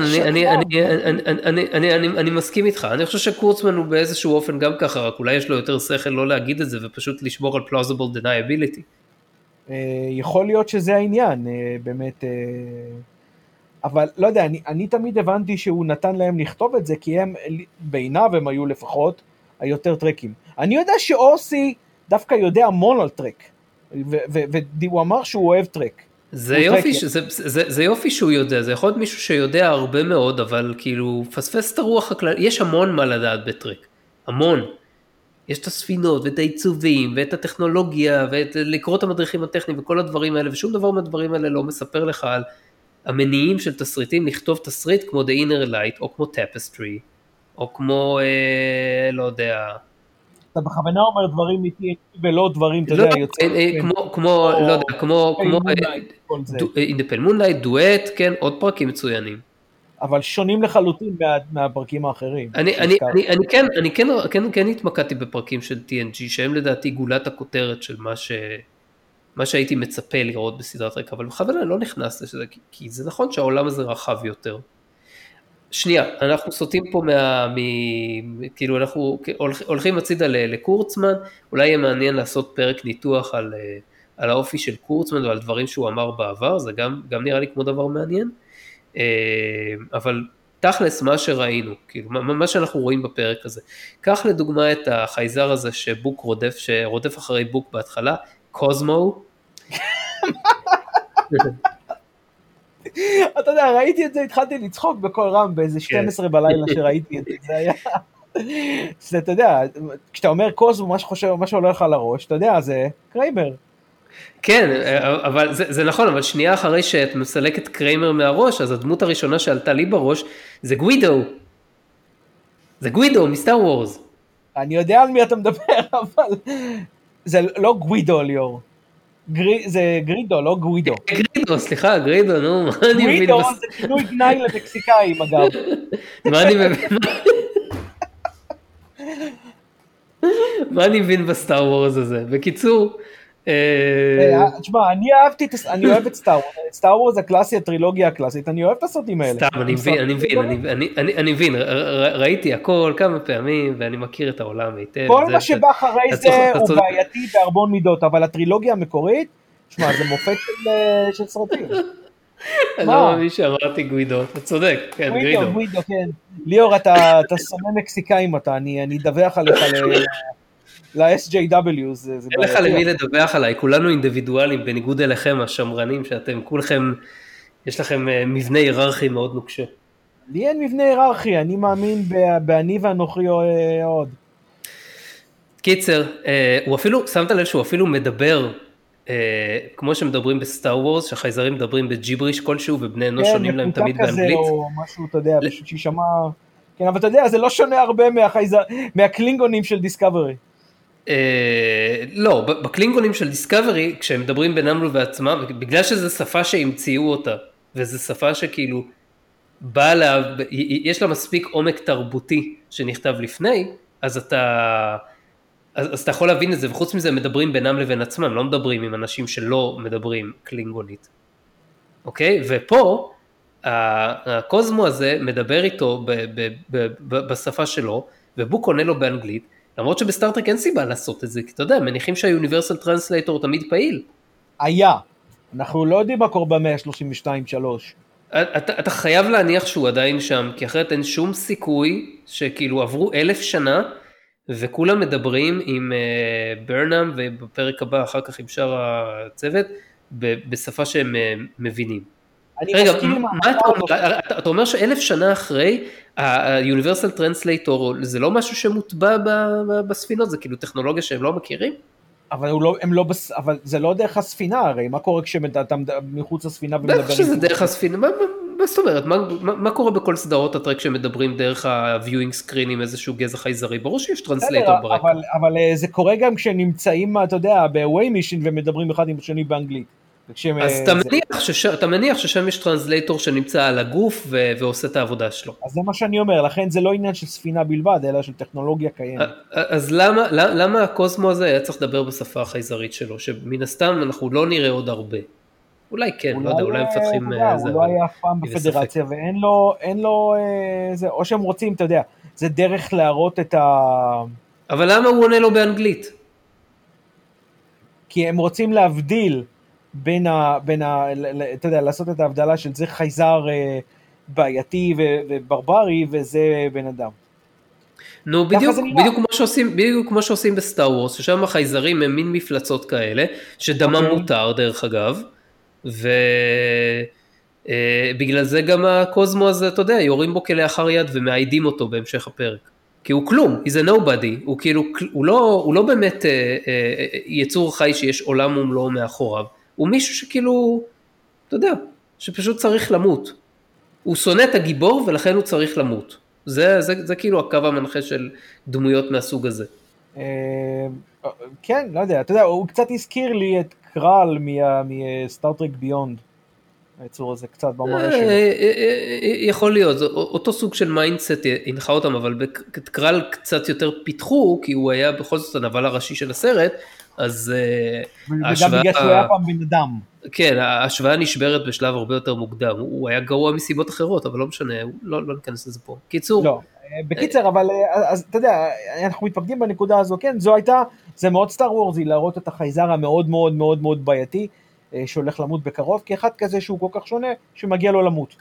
אני מסכים איתך, אני חושב שקורצמן הוא באיזשהו אופן גם ככה, רק אולי יש לו יותר שכל לא להגיד את זה, ופשוט לשמור על plausible deniability. יכול להיות שזה העניין, באמת, אבל לא יודע, אני, אני תמיד הבנתי שהוא נתן להם לכתוב את זה, כי הם, בעיניו הם היו לפחות היותר טרקים. אני יודע שאורסי דווקא יודע המון על טרק, והוא אמר שהוא אוהב טרק. זה יופי, זה, זה, זה יופי שהוא יודע, זה יכול להיות מישהו שיודע הרבה מאוד, אבל כאילו פספס את הרוח הכלל, יש המון מה לדעת בטרק, המון. יש את הספינות ואת העיצובים ואת הטכנולוגיה ואת לקרוא את המדריכים הטכניים וכל הדברים האלה, ושום דבר מהדברים האלה לא מספר לך על המניעים של תסריטים, לכתוב תסריט כמו The Inner Light או כמו Tapestry, או כמו, אה, לא יודע... אתה בכוונה אומר דברים איתי ולא דברים, אתה יודע, יוצא... כמו, כמו, לא יודע, כמו... Independent Moonlight, דואט, כן, עוד פרקים מצוינים. אבל שונים לחלוטין מה, מהפרקים האחרים. אני, אני, אני, אני כן, אני כן, כן, כן התמקדתי בפרקים של טי אן ג'י, שהם לדעתי גולת הכותרת של מה ש, מה שהייתי מצפה לראות בסדרת רקע, אבל בכוונה לא נכנס לזה, כי, כי זה נכון שהעולם הזה רחב יותר. שנייה, אנחנו סוטים פה מה, מ, כאילו אנחנו הולכים הצידה לקורצמן, אולי יהיה מעניין לעשות פרק ניתוח על, על האופי של קורצמן ועל דברים שהוא אמר בעבר, זה גם, גם נראה לי כמו דבר מעניין. אבל תכלס מה שראינו, כאילו, מה שאנחנו רואים בפרק הזה, קח לדוגמה את החייזר הזה שבוק רודף, שרודף אחרי בוק בהתחלה, קוזמו. אתה יודע, ראיתי את זה, התחלתי לצחוק בכל רם, באיזה שתים עשרה בלילה שראיתי את זה, זה היה, זה, אתה יודע, כשאתה אומר קוזמו, מה שחושב, מה שעולה לך על הראש, אתה יודע, זה קריימר. כן, אבל זה, זה נכון, אבל שנייה אחרי שאת מסלקת קריימר מהראש, אז הדמות הראשונה שעלתה לי בראש, זה גווידו. זה גווידו מסטאר וורס. אני יודע על מי אתה מדבר, אבל זה לא גווידו, ליאור. גרי, זה גרידו, לא גווידו. גרידו, סליחה, גרידו, נו, מה אני מבין? גווידו זה כינוי גנאי למקסיקאים, אגב. מה אני מבין? מה אני מבין בסטאר וורס הזה? בקיצור... תשמע, אני אהבתי, אני אוהב את סטאר וורס, סטאר וורס הקלאסי, הטרילוגיה הקלאסית, אני אוהב את הסרטים האלה. סתם, אני מבין, אני מבין, אני מבין, ראיתי הכל כמה פעמים, ואני מכיר את העולם היטב. כל מה שבא אחרי זה הוא בעייתי בהרבה מידות, אבל הטרילוגיה המקורית, תשמע, זה מופת של סרטים. אני לא מאמין שאמרתי גווידו, אתה צודק, כן, גווידו. גווידו, גווידו, כן. ליאור, אתה שונא מקסיקאים אתה, אני אדווח עליך ל-אס ג'יי דאבליו, זה בעייתי. אין לך למי לדווח עליי, כולנו אינדיבידואלים, בניגוד אליכם, השמרנים, שאתם כולכם, יש לכם מבנה היררכי מאוד נוקשה. לי אין מבנה היררכי, אני מאמין באני ואנוכי עוד. קיצר, הוא אפילו, שמת לב שהוא אפילו מדבר, כמו שמדברים בסטאר וורס, שהחייזרים מדברים בג'יבריש כלשהו, ובני אנוש שונים להם תמיד באנגלית. כן, מקוטה כזה או משהו, אתה יודע, פשוט שישמע... כן, אבל אתה יודע, זה לא שונה הרבה מהקלינגונים של דיסקאברי. לא, בקלינגונים של דיסקאברי, כשהם מדברים בינם ובעצמם, בגלל שזו שפה שהמציאו אותה, וזו שפה שכאילו באה לה, יש לה מספיק עומק תרבותי שנכתב לפני, אז אתה, אז, אז אתה יכול להבין את זה, וחוץ מזה מדברים בינם לבין עצמם, לא מדברים עם אנשים שלא מדברים קלינגונית. אוקיי? ופה, הקוזמו הזה מדבר איתו ב, ב, ב, ב, בשפה שלו, ובוק עונה לו באנגלית, למרות שבסטארטרק אין סיבה לעשות את זה, כי אתה יודע, מניחים שהיוניברסל טרנסלייטור תמיד פעיל. היה. אנחנו לא יודעים מה קורה ב-מאה שלושים ושתיים שלוש. אתה, אתה חייב להניח שהוא עדיין שם, כי אחרת אין שום סיכוי שכאילו עברו אלף שנה, וכולם מדברים עם uh, ברנאם, ובפרק הבא אחר כך עם שאר הצוות, ב- בשפה שהם uh, מבינים. רגע, מה, מה אתה אומר? אתה, אתה אומר שאלף שנה אחרי, ה-Universal Translator, זה לא משהו שמוטבע ב- בספינות, זה כאילו טכנולוגיה שהם לא מכירים? אבל, לא, הם לא בס... אבל זה לא דרך הספינה הרי, מה קורה כשאתה מחוץ לספינה ומדבר? בטח שזה דרך הספינה, מה, מה זאת אומרת? מה, מה, מה קורה בכל סדרות הטרק שמדברים דרך ה-viewing screen עם איזשהו גזע חייזרי? ברור שיש טרנסלייטור ברקע. אבל, אבל זה קורה גם כשנמצאים, אתה יודע, ב-way mission ומדברים אחד עם השני באנגלית. וכשהם, אז אתה, זה... מניח שש... אתה מניח ששם יש טרנסלייטור שנמצא על הגוף ו... ועושה את העבודה שלו. אז זה מה שאני אומר, לכן זה לא עניין של ספינה בלבד, אלא של טכנולוגיה קיימת. אז למה, למה הקוסמו הזה היה צריך לדבר בשפה החייזרית שלו, שמן הסתם אנחנו לא נראה עוד הרבה. אולי כן, לא יודע, אולי הם מפתחים... הוא לא היה אף פעם בפדרציה, ואין לו, אין לו, זה, או שהם רוצים, אתה יודע, זה דרך להראות את ה... אבל למה הוא עונה לו באנגלית? כי הם רוצים להבדיל בין ה... בין ה... אתה יודע, לעשות את ההבדלה של זה חייזר בעייתי וברברי, וזה בן אדם. נו, בדיוק, בדיוק כמו שעושים, בדיוק כמו שעושים בסטאר וורס, ששם החייזרים הם מין מפלצות כאלה, שדמם מותר דרך אגב, ובגלל זה גם הקוזמו הזה, אתה יודע, יורים בו כלאחר יד ומעידים אותו בהמשך הפרק. כי הוא כלום, he's a nobody, הוא כאילו, הוא לא, הוא לא באמת אה, אה, יצור חי שיש עולם ומלואו מאחוריו, הוא מישהו שכאילו, אתה יודע, שפשוט צריך למות. הוא שונא את הגיבור ולכן הוא צריך למות. זה, זה, זה כאילו הקו המנחה של דמויות מהסוג הזה. כן, לא יודע, אתה יודע, הוא קצת הזכיר לי את קרל מסטארטרק ביונד. היצור הזה קצת במראה שלו. יכול להיות, אותו סוג של מיינדסט הנחה אותם, אבל בקרל קצת יותר פיתחו, כי הוא היה בכל זאת הנבל הראשי של הסרט, אז וגם בגלל שהוא היה פעם בן אדם. כן, ההשוואה נשברת בשלב הרבה יותר מוקדם, הוא היה גרוע מסיבות אחרות, אבל לא משנה, לא ניכנס לזה פה. קיצור. לא, בקיצר, אבל אז אתה יודע, אנחנו מתפקדים בנקודה הזו, כן, זו הייתה, זה מאוד סטאר וורזי, להראות את החייזר המאוד מאוד מאוד מאוד בעייתי, שהולך למות בקרוב, כאחד כזה שהוא כל כך שונה, שמגיע לו למות.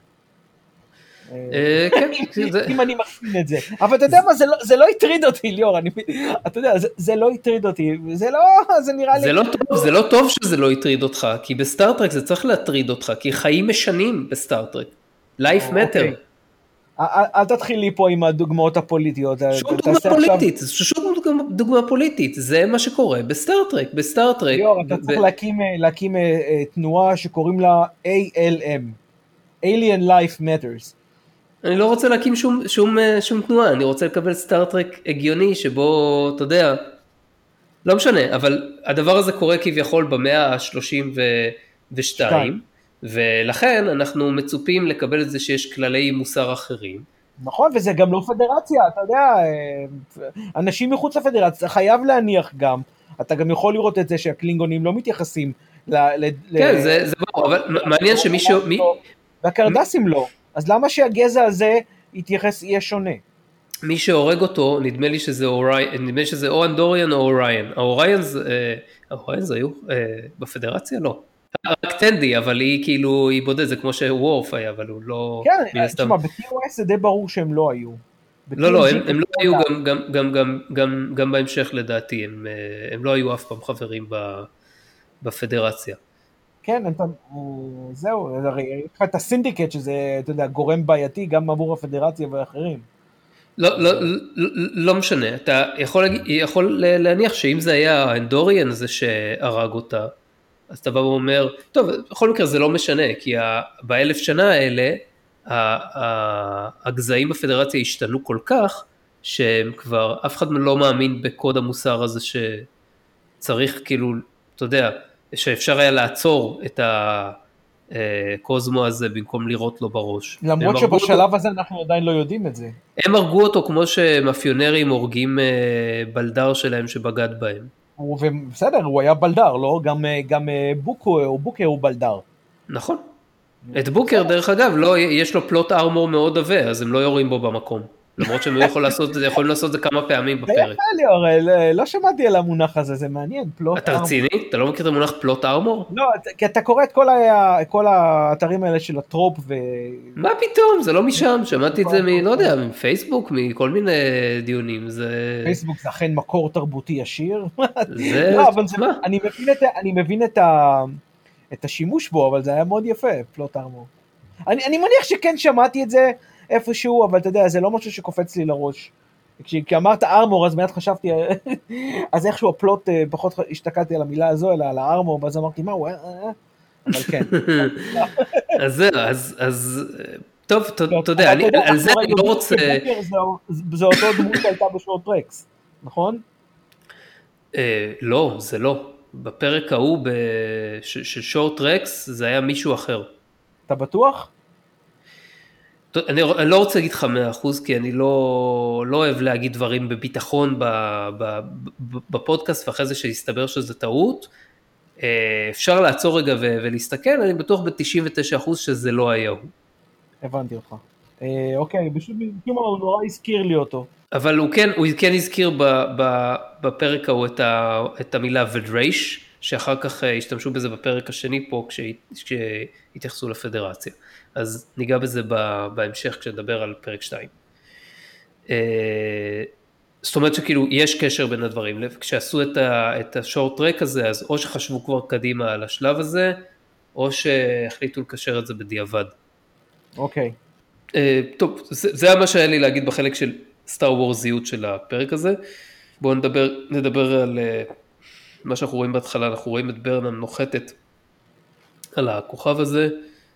אם אני מפעיל את זה. אבל אתה יודע מה, זה לא הטריד אותי, ליאור, אתה יודע, זה לא הטריד אותי, זה לא, זה נראה לי... זה לא טוב שזה לא הטריד אותך, כי בסטארטרק זה צריך להטריד אותך, כי חיים משנים בסטארטרק. Life matter. אל תתחיל לי פה עם הדוגמאות הפוליטיות. שום דוגמה פוליטית, שום דוגמה פוליטית, זה מה שקורה בסטארטרק, בסטארטרק. ליאור, אתה צריך להקים תנועה שקוראים לה A L M, Alien Life Matters. אני לא רוצה להקים שום, שום, שום תנועה, אני רוצה לקבל סטארטרק הגיוני שבו, אתה יודע, לא משנה, אבל הדבר הזה קורה כביכול במאה ה-שלושים ושתיים, ולכן אנחנו מצופים לקבל את זה שיש כללי מוסר אחרים. נכון, וזה גם לא פדרציה, אתה יודע, אנשים מחוץ לפדרציה, חייב להניח גם, אתה גם יכול לראות את זה שהקלינגונים לא מתייחסים ל... כן, זה, זה ברור, אבל מעניין שמישהו... והקרדסים לא. אז למה שהגזע הזה יתייחס, יהיה שונה? מי שהורג אותו, נדמה לי שזה אוריין, נדמה לי שזה או אנדוריאן או אוריין. האוריינס, האוריינס היו בפדרציה? לא. רק טנדי, אבל היא כאילו, היא בודדת, זה כמו שוורף היה, אבל הוא לא... כן, תשמע, ב-טי או אס זה די ברור שהם לא היו. לא, לא, הם לא היו גם בהמשך לדעתי, הם לא היו אף פעם חברים בפדרציה. כן, זהו, הרי את הסינדיקט שזה, אתה יודע, גורם בעייתי גם עבור הפדרציה ואחרים. לא, לא, לא משנה, אתה יכול, יכול להניח שאם זה היה האנדוריאן הזה שהרג אותה, אז אתה בא ואומר, טוב, בכל מקרה זה לא משנה, כי באלף שנה האלה, הגזעים בפדרציה השתנו כל כך, שהם כבר, אף אחד לא מאמין בקוד המוסר הזה שצריך כאילו, אתה יודע, שאפשר היה לעצור את, ה, הקוזמו הזה במקום לירות לו בראש. למרות שבשלב הזה אנחנו עדיין לא יודעים את זה. הם הרגו אותו כמו שמאפיונרים הורגים בלדר שלהם שבגד בהם. בסדר, הוא היה בלדר, לא? גם, גם בוקו או בוקר הוא בלדר. נכון. את בוקר, דרך אגב, לא, יש לו פלוט ארמור מאוד עבה, אז הם לא יורים בו במקום. למרות שהם יכולים לעשות את זה, יכולים לעשות את זה כמה פעמים בפרק. זה יפה לי, אורל, לא שמעתי על המונח הזה, זה מעניין, פלוט ארמור. אתה רציני? אתה לא מכיר את המונח פלוט ארמור? לא, כי אתה קורא את כל, ה, כל האתרים האלה של הטרופ ו... מה פתאום? זה לא משם, שמעתי את זה מ... לא יודע, מפייסבוק, מכל מיני דיונים, זה... פייסבוק זה אכן מקור תרבותי ישיר. זה... לא, אבל זה... אני מבין את, אני מבין את ה... את השימוש בו, אבל זה היה מאוד יפה, פלוט ארמור. אני, אני מניח שכן שמעתי את זה איפשהו, אבל אתה יודע, זה לא משהו שקופץ לי לראש. כשאמרת ארמור, אז מיד חשבתי, אז איכשהו הפלוט, פחות השתקעתי על המילה הזו, אלא על הארמור, ואז אמרתי, מה הוא, אבל כן. אז זה, אז, אז, טוב, אתה יודע, על זה אני לא רוצה... זה אותו דמות שהייתה בשורט טרקס, נכון? לא, זה לא. בפרק ההוא של שורט טרקס, זה היה מישהו אחר. אתה בטוח? אני, אני לא רוצה להגיד לך מאה אחוז, כי אני לא, לא אוהב להגיד דברים בביטחון בפודקאסט, ואחרי זה שיסתבר שזה טעות. אפשר לעצור רגע ולהסתכל, אני בטוח ב-תשעים ותשעה אחוז שזה לא היה הוא. הבנתי אותך. אוקיי, פשוט הוא נורא הזכיר לי אותו. אבל הוא כן, הוא כן הזכיר בפרק ההוא את, ה, את המילה ודרייש, שאחר כך השתמשו בזה בפרק השני פה, כשהתייחסו לפדרציה. אז ניגע בזה בהמשך כשנדבר על פרק שתיים. זאת אומרת שכאילו יש קשר בין הדברים, כשעשו את השורט טרק הזה, אז או שחשבו כבר קדימה על השלב הזה, או שהחליטו לקשר את זה בדיעבד. אוקיי. טוב, זה היה מה שהיה לי להגיד בחלק של סטאר וורזיות של הפרק הזה. בואו נדבר, נדבר על מה שאנחנו רואים בהתחלה, אנחנו רואים את ברנם נוחתת על הכוכב הזה,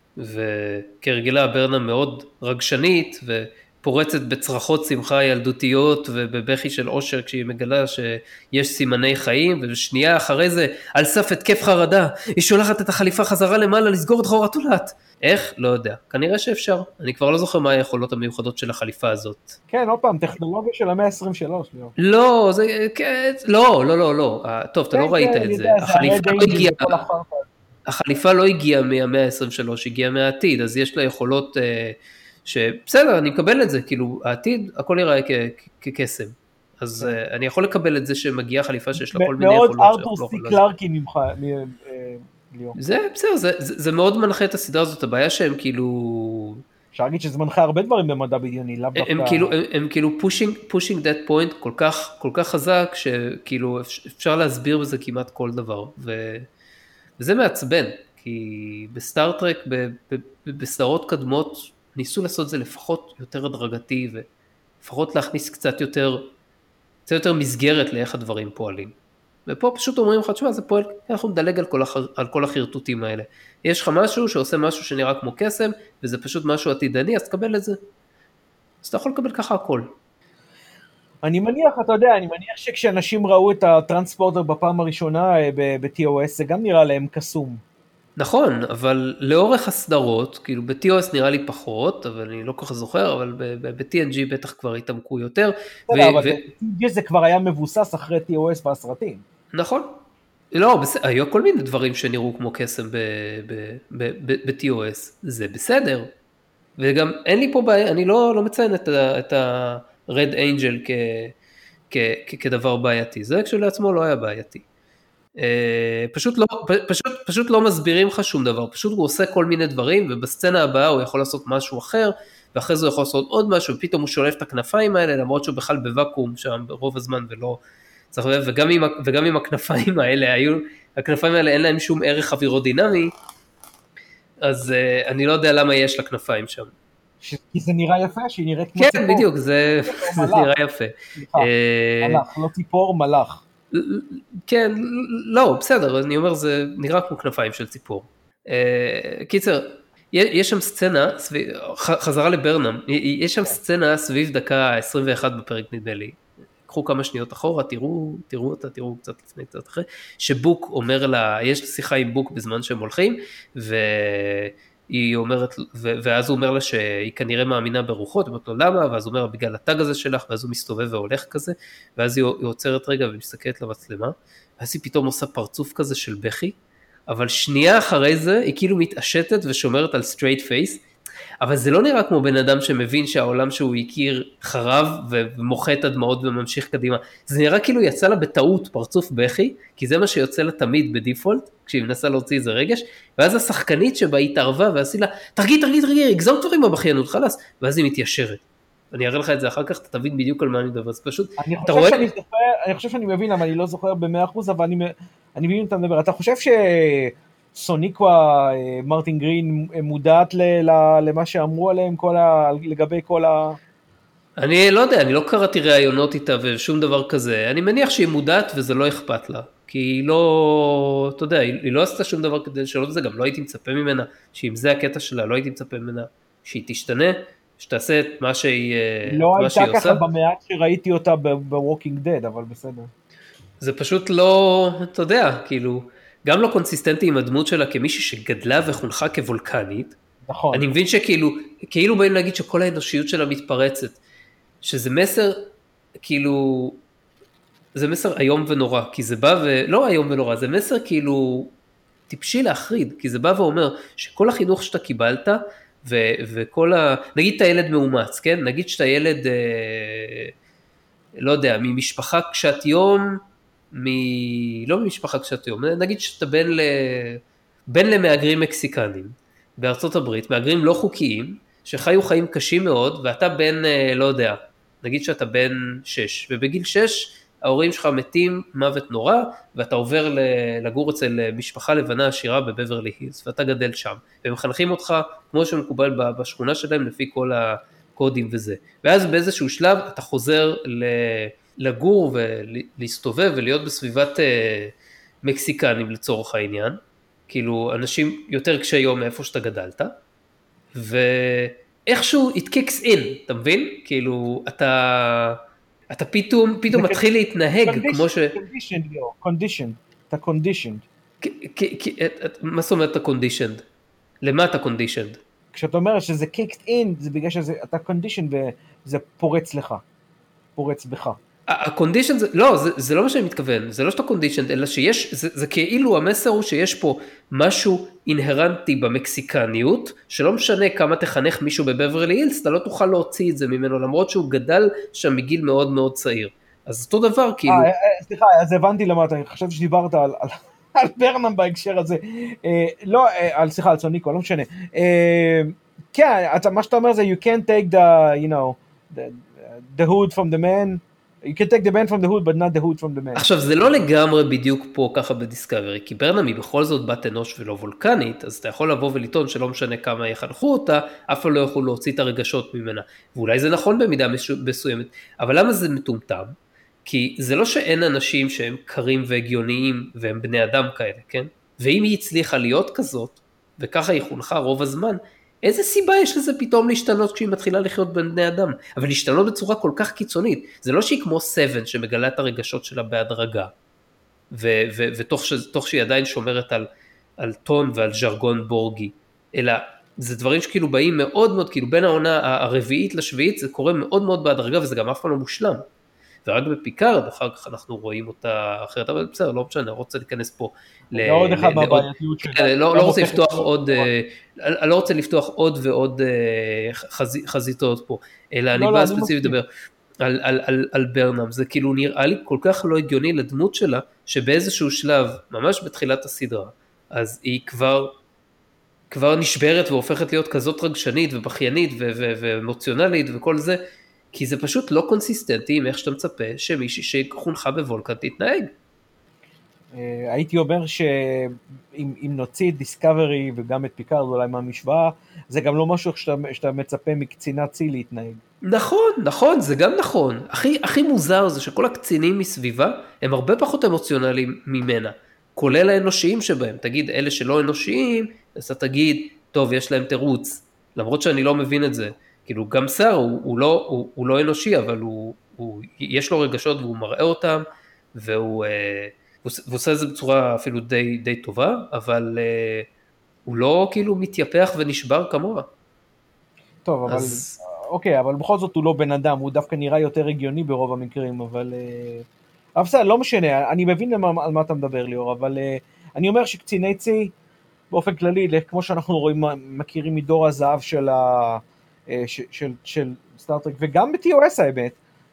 וכרגלה ברנם מאוד רגשנית, ופורצת בצרחות שמחה ילדותיות, ובבכי של אושר כשהיא מגלה שיש סימני חיים, ושנייה אחרי זה, על סף התקף חרדה, היא שולחת את החליפה חזרה למעלה לסגור את חור התולעת. איך? לא יודע. כנראה שאפשר. אני כבר לא זוכר מה היכולות המיוחדות של החליפה הזאת. כן, עוד פעם, טכנולוגיה של המאה ה-עשרים ושלוש. לא, זה, כן, לא, לא, לא, לא. טוב, אתה לא ראית את זה. החליפה לא הגיעה, החליפה לא הגיעה מהמאה ה-עשרים ושלוש, הגיעה מהעתיד, אז יש לה יכולות שבסדר, אני מקבל את זה, כאילו, העתיד, הכל יראה כקסם. אז אני יכול לקבל את זה שמגיעה חליפה שיש לה כל מיני יכולות. מאוד ארתור סי קלארקי ממך, זה בסדר, זה, זה, זה מאוד מנחה את הסדרה הזאת, הבעיה שהם כאילו... אפשר להגיד שזה מנחה הרבה דברים במדע בדיוני, לאו דווקא... הם כאילו, הם, הם כאילו pushing, pushing that point כל כך, כל כך חזק, שכאילו אפשר להסביר בזה כמעט כל דבר, ו... וזה מעצבן, כי בסטארטרק, בסדרות קדמות, ניסו לעשות את זה לפחות יותר הדרגתי, ולפחות להכניס קצת יותר, קצת יותר מסגרת לאיך הדברים פועלים. ופה פשוט אומרים לך, תשמע, זה פועל, אנחנו נדלג על כל, הח... על כל החרטוטים האלה. יש לך משהו שעושה משהו שנראה כמו קסם, וזה פשוט משהו עתידני, אז תקבל את זה. אז אתה יכול לקבל ככה הכל. אני מניח, אתה יודע, אני מניח שכשאנשים ראו את הטרנספורטר בפעם הראשונה ב-טי או אס, זה גם נראה להם קסום. נכון, אבל לאורך הסדרות, כאילו ב-טי או אס נראה לי פחות, אבל אני לא כל כך זוכר, אבל ב-טי אן ג'י בטח כבר התעמקו יותר. אבל ב-טי אן ג'י זה כבר היה מבוסס אחרי טי או אס והסרטים. נכון. לא, היו כל מיני דברים שנראו כמו קסם ב-טי או אס, זה בסדר. וגם אין לי פה בעיה, אני לא מציין את ה-Red Angel כדבר בעייתי, זה כשלעצמו לא היה בעייתי. פשוט לא, פשוט, פשוט לא מסבירים לך שום דבר, פשוט הוא עושה כל מיני דברים, ובסצנה הבאה הוא יכול לעשות משהו אחר, ואחרי זה הוא יכול לעשות עוד משהו, ופתאום הוא שולף את הכנפיים האלה, למרות שהוא בכלל בוואקום שם ברוב הזמן, ולא צריך לב, וגם עם, וגם עם הכנפיים האלה, היו, הכנפיים האלה אין להם שום ערך אווירודינמי, אז uh, אני לא יודע למה יש לה כנפיים שם. ש... כי זה נראה יפה, שהיא נראית כמו כן, ציפור. כן, בדיוק, זה, זה נראה יפה. סליחה, מלאך, לא ציפור, מלאך. כן, לא, בסדר, אני אומר, זה נראה כמו כנפיים של ציפור. קיצר, יש שם סצנה, חזרה לברנם, יש שם סצנה סביב דקה עשרים ואחת בפרק נדמה לי, קחו כמה שניות אחורה, תראו, תראו אותה, תראו קצת לפני, קצת אחרי, שבוק אומר לה, יש שיחה עם בוק בזמן שהם הולכים, והיא אומרת, ואז הוא אומר לה שהיא כנראה מאמינה ברוחות, היא אומרת לו למה, ואז הוא אומר, בגלל הטאג הזה שלך, ואז הוא מסתובב והולך כזה, ואז היא עוצרת רגע ומסתכלת למצלמה, ואז היא פתאום עושה פרצוף כזה של בכי, אבל שנייה אחרי זה, היא כאילו מתעשתת ושומרת על straight face, אבל זה לא נראה כמו בן אדם שמבין שהעולם שהוא הכיר חרב ומוחה את הדמעות וממשיך קדימה. זה נראה כאילו יצא לה בטעות פרצוף בכי, כי זה מה שיוצא לה תמיד בדיפולט, כשהיא מנסה להוציא איזה רגש, ואז השחקנית שבה התערבה ועשי לה, תרגיע, תרגיע, תרגיע, יגזור דברים בבכיינות, חלס, ואז היא מתיישרת. אני אראה לך את זה אחר כך, אתה תבין בדיוק על מה אני מדבר, זה פשוט, אני אתה חושב רואה... שאני זוכר, אני חושב שאני מבין, אבל אני לא זוכר במאה אחוז, אבל אני, אני מבין אתה מדבר. אתה חושב שסוניקווה, מרטין גרין, מודעת למה שאמרו עליהם כל ה, לגבי כל ה... אני לא יודע, אני לא קראתי ראיונות איתה ושום דבר כזה, אני מניח שהיא מודעת וזה לא אכפת לה, כי היא לא, אתה יודע, היא לא עשתה שום דבר כדי לשנות את זה, גם לא הייתי מצפה ממנה, שאם זה הקטע שלה, לא הייתי מצפה ממנה שהיא תשתנה, שתעשה את מה שהיא, לא מה שהיא הייתה עושה. ככה במעט שראיתי אותה ב-Walking Dead, אבל בסדר. זה פשוט לא, אתה יודע, כאילו, גם לא קונסיסטנטי עם הדמות שלה כמישהי שגדלה וחונכה כוולקנית, נכון. אני מבין שכאילו, כאילו באים להגיד שכל האנושיות שלה מתפרצת, שזה מסר, כאילו, זה מסר היום ונורא, כי זה בא ו... לא היום ונורא, זה מסר כאילו טיפשי להחריד, כי זה בא ואומר שכל החינוך שאתה קיבלת, ו... וכל ה... נגיד אתה ילד מאומץ, כן? נגיד שאתה ילד, אה... לא יודע, ממשפחה קשת יום, מ... לא ממשפחה קשת יום, נגיד שאתה בן, ל... בן למהגרים מקסיקנים, בארצות הברית, מהגרים לא חוקיים, שחיו חיים קשים מאוד, ואתה בן, לא יודע, נגיד שאתה בן שש, ובגיל שש ההורים שלך מתים מוות נורא, ואתה עובר לגור אצל משפחה לבנה עשירה בבברלי הילס, ואתה גדל שם, והם מחנכים אותך כמו שמקובל בשכונה שלהם, לפי כל הקודים וזה. ואז באיזשהו שלב אתה חוזר לגור ולהסתובב ולהיות בסביבת מקסיקנים לצורך העניין, כאילו אנשים יותר קשי יום מאיפה שאתה גדלת, ואיכשהו it kicks in, אתה מבין? כאילו, אתה, אתה פתאום, פתאום מתחיל להתנהג כמו ש... conditioned, conditioned, אתה conditioned. מה זאת אומרת אתה conditioned? למה אתה conditioned? כשאתה אומר שזה kicked in, זה בגלל שאתה conditioned וזה פורץ לך, פורץ בך. הקונדישן, לא, זה, זה לא מה שאני מתכוון, זה לא שאתה קונדישן, אלא שיש, זה, זה כאילו המסר הוא שיש פה משהו אינהרנטי במקסיקניות, שלא משנה כמה תחנך מישהו בבברלי הילס, אתה לא תוכל להוציא את זה ממנו, למרות שהוא גדל שם מגיל מאוד מאוד צעיר. אז אותו דבר, כאילו... 아, סליחה, אז הבנתי למה אתה, חשבתי שדיברת על, על, על ברנם בהקשר הזה, אה, לא, אה, על, סליחה, על סוניקו, לא משנה. אה, כן, אתה, מה שאתה אומר זה, you can't take the, you know, the, the hood from the man, you can take the man from the hood, but not the hood from the man. עכשיו, זה לא לגמרי בדיוק פה ככה בדיסקאברי, כי ברנם היא בכל זאת בת אנוש ולא וולקנית, אז אתה יכול לבוא ולטעון שלא משנה כמה יחנכו אותה, אף פעם לא יכול להוציא את הרגשות ממנה. ואולי זה נכון במידה מסוימת, אבל למה זה מטומטם? כי זה לא שאין אנשים שהם קרים והגיוניים, והם בני אדם כאלה, כן? ואם היא הצליחה להיות כזאת, וככה היא חונכה רוב הזמן, איזה סיבה יש לזה פתאום להשתנות כשהיא מתחילה לחיות בין בני אדם? אבל להשתנות בצורה כל כך קיצונית. זה לא שהיא כמו סבן שמגלה את הרגשות שלה בהדרגה, ו- ו- ותוך ש- תוך שהיא עדיין שומרת על, על טון ועל ז'רגון בורגי, אלא זה דברים שכאילו באים מאוד מאוד, כאילו בין העונה הרביעית לשביעית, זה קורה מאוד מאוד בהדרגה, וזה גם אף פעם לא מושלם. ורק בפיקארד, אחר כך אנחנו רואים אותה אחרת, אבל בסדר, לא משנה, אני רוצה להיכנס פה. זה עוד אחד מהבעייתיות שלה. לא רוצה לפתוח עוד, אני לא רוצה לפתוח עוד ועוד חזיתות פה, אלא אני בא ספציפית לדבר על ברנם, זה כאילו נראה לי כל כך לא הגיוני לדמות שלה, שבאיזשהו שלב, ממש בתחילת הסדרה, אז היא כבר, כבר נשברת והופכת להיות כזאת רגשנית ובכיינית ואמוציונלית וכל זה, כי זה פשוט לא קונסיסטנטי עם איך שאתה מצפה שמישהי שחונכה בוולקן תתנהג. הייתי אומר שאם נוציא את דיסקאברי וגם את פיקארד אולי מהמשוואה, זה גם לא משהו שאתה, שאתה מצפה מקצינת צי להתנהג. נכון, נכון, זה גם נכון. הכי, הכי מוזר זה שכל הקצינים מסביבה הם הרבה פחות אמוציונליים ממנה, כולל האנושיים שבהם. תגיד, אלה שלא אנושיים, אז אתה תגיד, טוב, יש להם תירוץ, למרות שאני לא מבין את זה. כאילו גם שר הוא, הוא, לא, הוא, הוא לא אנושי, אבל הוא, הוא, יש לו רגשות והוא מראה אותם, והוא, והוא עושה את זה בצורה אפילו די, די טובה, אבל הוא לא כאילו מתייפח ונשבר כמוה. טוב, אבל, אז... אוקיי, אבל בכל זאת הוא לא בן אדם, הוא דווקא נראה יותר הגיוני ברוב המקרים, אבל... אבל בסדר, לא משנה, אני מבין למה, על מה אתה מדבר ליאור, אבל אני אומר שקציני צי, באופן כללי, כמו שאנחנו רואים, מכירים מדור הזהב של, ה, של, של, של סטארטרק, וגם ב-טי או אס האמת,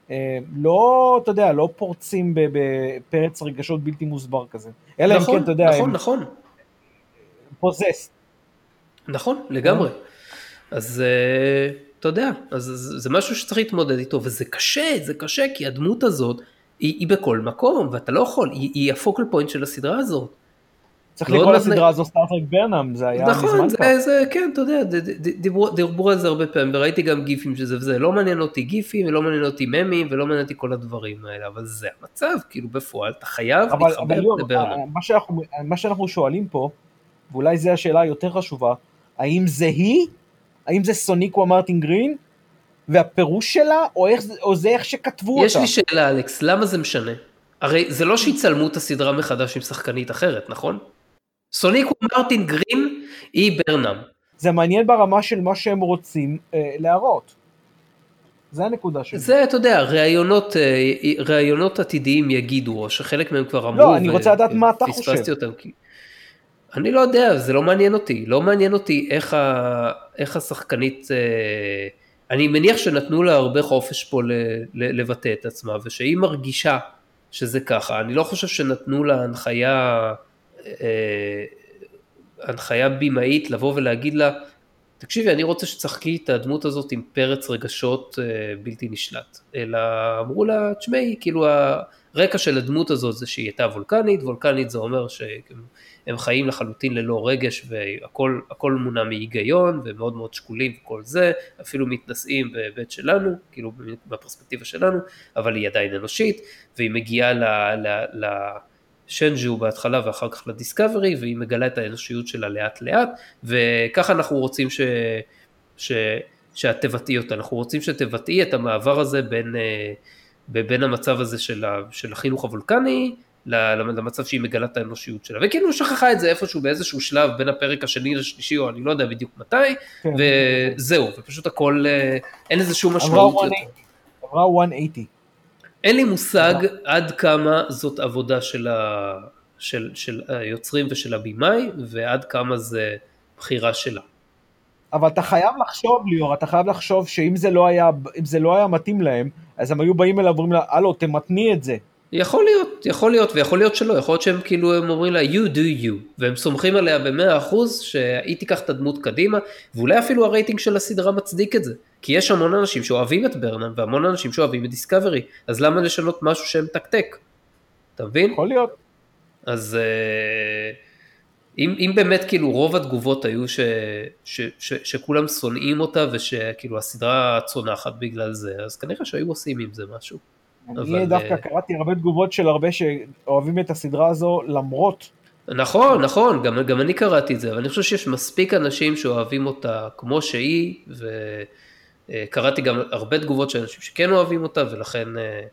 לא, אתה יודע, לא פורצים בפרץ רגשות בלתי מוסבר כזה. אלא נכון, אם כן, אתה יודע, נכון, נכון. פוזס. נכון, לגמרי. אז אתה יודע, אז זה משהו שצריך להתמודד איתו, וזה קשה, זה קשה, כי הדמות הזאת היא, היא בכל מקום, ואתה לא יכול, היא, היא הפוקל פוינט של הסדרה הזאת. צריך לקרוא לסדרה הזו סטארטרק ברנאם, זה היה נכון, מזמן כך. זה, כן, אתה יודע, דיברו, דיברו על זה הרבה פעמים, וראיתי גם גיפים שזה וזה, לא מעניין אותי גיפים, ולא מעניין אותי ממים, ולא מעניין אותי כל הדברים האלה, אבל זה המצב, כאילו בפועל, אתה חייב להתחבר לברנאם. מה שאנחנו, מה שאנחנו שואלים פה, ואולי זו השאלה היותר חשובה, האם זה היא? האם זה סוניקו מרטין גרין? והפירוש שלה, או, איך, או זה איך שכתבו יש אותה? יש לי שאלה, אלכס, למה זה משנה? הרי זה לא שיצלמו את הסדרה מחדש עם שחקנית אחרת, נכון? סוניקו מרטין גרין היא ברנאם. זה מעניין ברמה של מה שהם רוצים אה, להראות. זה הנקודה שלי. זה, אתה יודע, ראיונות, אה, ראיונות עתידיים יגידו, או שחלק מהם כבר אמרו. לא, אני רוצה לדעת מה אתה חושב. אותם, כי... אני לא יודע, זה לא מעניין אותי. לא מעניין אותי איך, ה... איך השחקנית... אה... אני מניח שנתנו לה הרבה חופש פה ל... ל... לבטא את עצמה, ושהיא מרגישה שזה ככה. אני לא חושב שנתנו לה הנחיה... אה... הנחיה בימאית לבוא ולהגיד לה, תקשיבי, אני רוצה שצחקי את הדמות הזאת עם פרץ רגשות אה, בלתי נשלט. אלא אמרו לה, תשמעי, כאילו הרקע של הדמות הזאת זה שהיא הייתה וולקנית, וולקנית זה אומר שהם חיים לחלוטין ללא רגש, והכל הכל מונע מהיגיון, ומאוד מאוד שקולים וכל זה, אפילו מתנשאים בבית שלנו, כאילו בפרספקטיבה שלנו, אבל היא עדיין אנושית, והיא מגיעה ל... ל, ל שנג'ו בהתחלה ואחר כך לדיסקאברי, והיא מגלה את האנושיות שלה לאט לאט, וככה אנחנו רוצים ש... ש... שאת תבטאי אותה, אנחנו רוצים שתבטאי את המעבר הזה בין, בין המצב הזה של, ה... של החינוך הוולקני, למצב שהיא מגלה את האנושיות שלה, וכאילו שכחה את זה איפשהו באיזשהו שלב, בין הפרק השני לשלישי, או אני לא יודע בדיוק מתי, כן, וזהו, ופשוט הכל, אין איזה שום משמעות יותר. עברה מאה ושמונים. אין לי מושג עד כמה זאת עבודה של, ה... של, של היוצרים ושל הבימאי, ועד כמה זה בחירה שלה. אבל אתה חייב לחשוב, ליאור, אתה חייב לחשוב שאם זה לא היה, אם זה לא היה מתאים להם, אז הם היו באים אליו ואומרים לה, הלו, תמתני את זה. יכול להיות, יכול להיות, ויכול להיות שלא, יכול להיות שהם כאילו הם אומרים לה, you do you, והם סומכים עליה במאה אחוז, שהיא תיקח את הדמות קדימה, ואולי אפילו הרייטינג של הסדרה מצדיק את זה, כי יש המון אנשים שאוהבים את ברנאם, והמון אנשים שאוהבים את דיסקאברי, אז למה לשנות משהו שהם תקתק? אתה מבין? יכול להיות. אז אם, אם באמת כאילו רוב התגובות היו ש, ש, ש, שכולם שונאים אותה, ושכאילו הסדרה צונחת בגלל זה, אז כנראה שהיו עושים עם זה משהו. אני אבל... דווקא קראתי הרבה תגובות של הרבה שאוהבים את הסדרה הזו למרות. נכון, נכון, גם, גם אני קראתי את זה, אבל אני חושב שיש מספיק אנשים שאוהבים אותה כמו שהיא, וקראתי גם הרבה תגובות של אנשים שכן אוהבים אותה, ולכן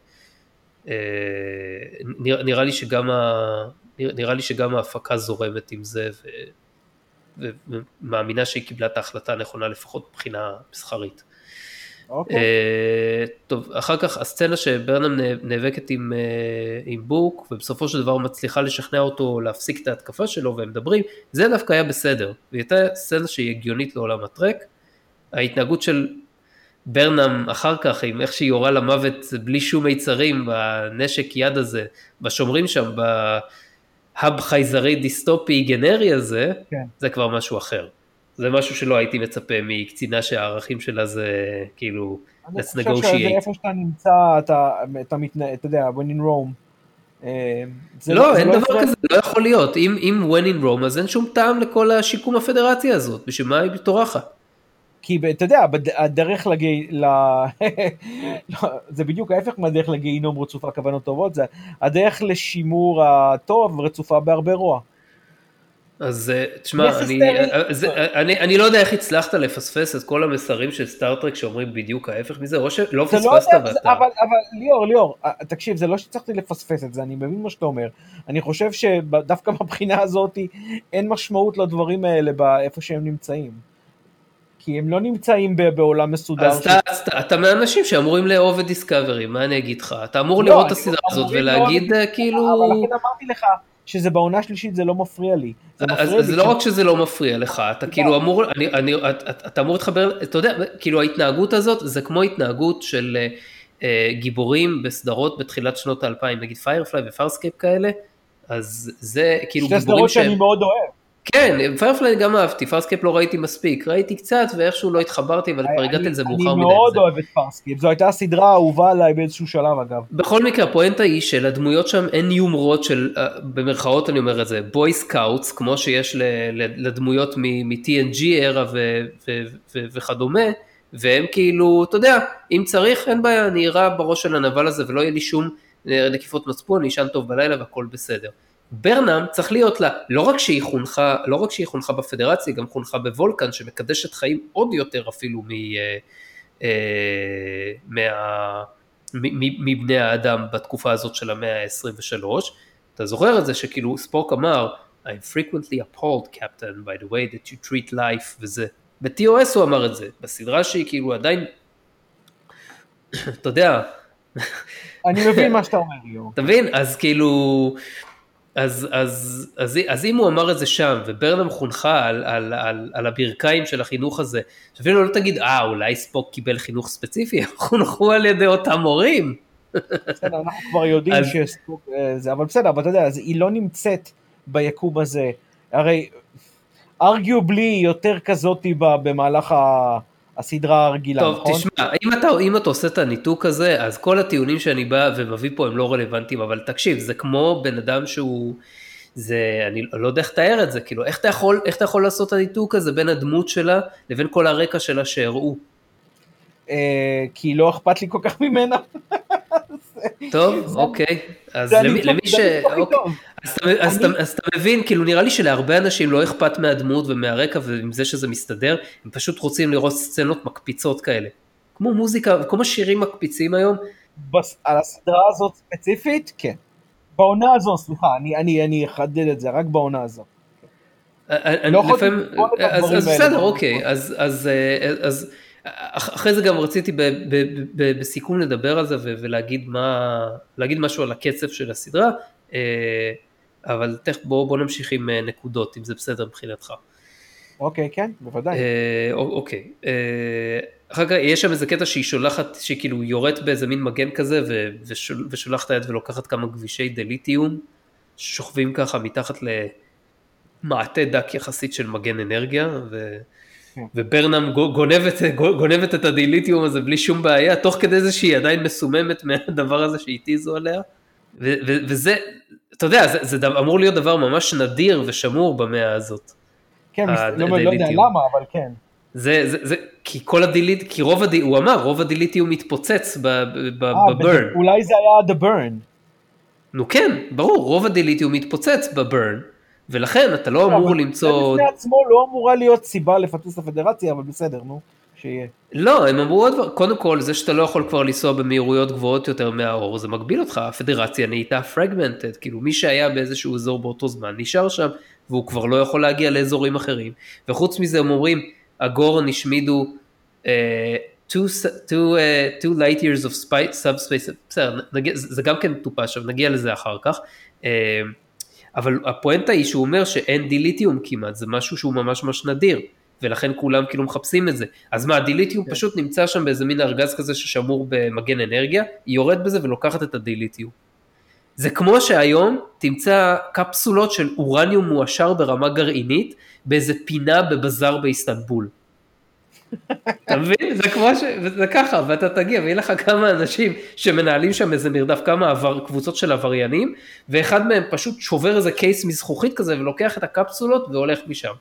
נראה, נראה לי שגם ה, נראה לי שגם ההפקה זורמת עם זה, ו, ומאמינה שהיא קיבלה את ההחלטה הנכונה לפחות מבחינה מסחרית. Okay. טוב, אחר כך הסצנה שברנאם נאבקת עם, עם בוק, ובסופו של דבר מצליחה לשכנע אותו להפסיק את ההתקפה שלו, והם מדברים, זה דווקא היה בסדר, והיא הייתה סצנה שהיא הגיונית לעולם הטרק, ההתנהגות של ברנאם אחר כך, עם איך שהיא יורה למוות בלי שום מיצרים, בנשק יד הזה, בשומרים שם, בהאב חייזרי דיסטופי גנרי הזה, okay. זה כבר משהו אחר. זה משהו שלא הייתי מצפה מקצינה שהערכים שלה זה כאילו, let's negotiate. אני חושב שזה איפה שאתה נמצא, אתה, אתה, מתנה, אתה יודע, when in Rome. לא, אין דבר כזה, לא יכול להיות. אם, אם when in Rome, אז אין שום טעם לכל השיקום הפדרציה הזאת, בשביל מה היא טורחת? כי אתה יודע, הדרך לגיי, זה בדיוק ההפך מהדרך לגיהינום רצופה כוונות טובות, זה הדרך לשימור הטוב רצופה בהרבה רוע. אז תשמע, אני, אני, אני לא יודע איך הצלחת לפספס את כל המסרים של סטארטרק שאומרים בדיוק ההפך מזה, או שלא פספסת ואתה. אבל, אבל ליאור, ליאור, תקשיב, זה לא שצריכתי לפספס את זה, אני מבין מה שאתה אומר. אני חושב שדווקא מבחינה הזאת אין משמעות לדברים האלה באיפה שהם נמצאים. כי הם לא נמצאים בעולם מסודר. אז אתה מהאנשים שאמורים לאהוב את דיסקאברי, מה אני אגיד לך? אתה אמור לראות את הסדרה הזאת ולהגיד כאילו. אבל לכן אמרתי לך שזה בעונה השלישית זה לא מפריע לי. אז זה לא רק שזה לא מפריע לך, אתה כאילו אמור, אתה אמור להתחבר, אתה יודע, כאילו ההתנהגות הזאת זה כמו התנהגות של גיבורים בסדרות בתחילת שנות האלפיים, נגיד פיירפליי ופארסקייפ כאלה, אז זה כאילו גיבורים שתי סדרות שאני מאוד אוהב. כן, פיירפליי גם אהבתי, פארסקייפ לא ראיתי מספיק, ראיתי קצת ואיכשהו לא התחברתי, אבל כבר הגעתי לזה מאוחר מדי. אני מאוד אוהב את פארסקייפ, זו הייתה סדרה האהובה עליי באיזשהו שלב אגב. בכל מקרה, הפואנטה היא שלדמויות שם אין יומרות של, במרכאות אני אומר את זה, בוי סקאוטס, כמו שיש לדמויות מ-טי אן ג'י era וכדומה, והם כאילו, אתה יודע, אם צריך, אין בעיה, אני אירה בראש של הנבל הזה, ולא יהיה לי שום נקיפות מצפון, אני אשן טוב בלילה והכל בסדר. ברנאם צריך להיות לה, לא רק שהיא חונכה, לא רק שהיא חונכה בפדרציה, גם חונכה בוולקן, שמקדשת חיים עוד יותר אפילו מבני האדם בתקופה הזאת של המאה ה-עשרים ושלוש. אתה זוכר את זה שכאילו ספוק אמר, I'm frequently appalled, Captain, by the way that you treat life, וזה. ב-טי או אס הוא אמר את זה, בסדרה שהיא כאילו עדיין, אתה יודע. אני מבין מה שאתה אומר, ליאור. אתה מבין? אז כאילו... אז, אז, אז, אז אם הוא אמר את זה שם, וברנאם חונכה על, על, על, על הברכיים של החינוך הזה, שאפילו לא תגיד, אה, אולי ספוק קיבל חינוך ספציפי, חונכו על ידי אותם מורים. בסדר, אנחנו כבר יודעים שספוק זה, אבל בסדר, אבל אתה יודע, היא לא נמצאת ביקום הזה, הרי, ארגיובלי יותר כזאת במהלך ה... הסדרה הרגילה, טוב, נכון? טוב, תשמע, אם אתה, אם אתה עושה את הניתוק הזה, אז כל הטיעונים שאני בא ומביא פה הם לא רלוונטיים, אבל תקשיב, זה כמו בן אדם שהוא, זה, אני לא יודע איך תאר את זה, כאילו, איך אתה יכול, איך אתה יכול לעשות את הניתוק הזה בין הדמות שלה, לבין כל הרקע שלה שהראו? כי לא אכפת לי כל כך ממנה. טוב, אוקיי, אז למי ש... אז אתה מבין, כאילו נראה לי שלהרבה אנשים לא אכפת מהדמות ומהרקע ועם זה שזה מסתדר, הם פשוט רוצים לראות סצנות מקפיצות כאלה, כמו מוזיקה, כמו שירים מקפיצים היום. על הסדרה הזאת ספציפית, כן. בעונה הזו, סליחה, אני אחדד את זה, רק בעונה הזו. אז בסדר, אוקיי, אז אחרי זה גם רציתי בסיכום לדבר על זה ולהגיד משהו על הקצב של הסדרה, אבל תכף בואו בוא נמשיך עם נקודות, אם זה בסדר מבחינתך. אוקיי, כן, בוודאי. אוקיי. אחר כך יש שם איזה קטע שהיא שולחת, שהיא כאילו יורט באיזה מין מגן כזה, ושולחת היד ולוקחת כמה גבישי דליטיום, ששוכבים ככה מתחת למעטה דק יחסית של מגן אנרגיה, ו... וברנאם גונבת, גונבת את הדליטיום הזה בלי שום בעיה, תוך כדי זה שהיא עדיין מסוממת מהדבר הזה שהתיזו עליה, ו- ו- וזה, אתה יודע, זה, זה אמור להיות דבר ממש נדיר ושמור במאה הזאת. כן, לא, לא יודע למה, אבל כן. זה, זה, זה, כי כל הדיליט, כי רוב הדיליט, הוא אמר, רוב הדיליטיום מתפוצץ בברן. אולי זה היה the burn. נו כן, ברור, רוב הדיליטיום מתפוצץ בברן, ולכן אתה לא אמור למצוא... זה לפני עצמו לא אמורה להיות סיבה לפצוץ הפדרציה, אבל בסדר, נו, שיהיה. לא, הם אמרו עוד דבר, קודם כל, זה שאתה לא יכול כבר לנסוע במהירויות גבוהות יותר מהאור, זה מגביל אותך, הפדרציה נהייתה פרגמנטד, כאילו מי שהיה באיזשהו אזור באותו זמן נשאר שם, והוא כבר לא יכול להגיע לאזורים אחרים, וחוץ מזה הם אומרים, הגור נשמידו uh, two, two, uh, two light years of subspace, בסדר, נגיע, זה גם כן טופה עכשיו, נגיע לזה אחר כך, uh, אבל הפואנטה היא שהוא אומר שאין דיליטיום כמעט, זה משהו שהוא ממש ממש נדיר, ולכן כולם כאילו מחפשים את זה. אז מה, הדיליטיום כן. פשוט נמצא שם באיזה מין ארגז כזה ששמור במגן אנרגיה, היא יורד בזה ולוקחת את הדיליטיום. זה כמו שהיום תמצא קפסולות של אורניום מואשר ברמה גרעינית, באיזה פינה בבזאר באיסטנבול. אתה מבין? זה כמו ש... זה ככה, ואתה תגיע, ויהיה לך כמה אנשים שמנהלים שם איזה מרדף, כמה עבר... קבוצות של עבריינים, ואחד מהם פשוט שובר איזה קייס מזכוכית כזה, ולוקח את הקפסולות והולך משם.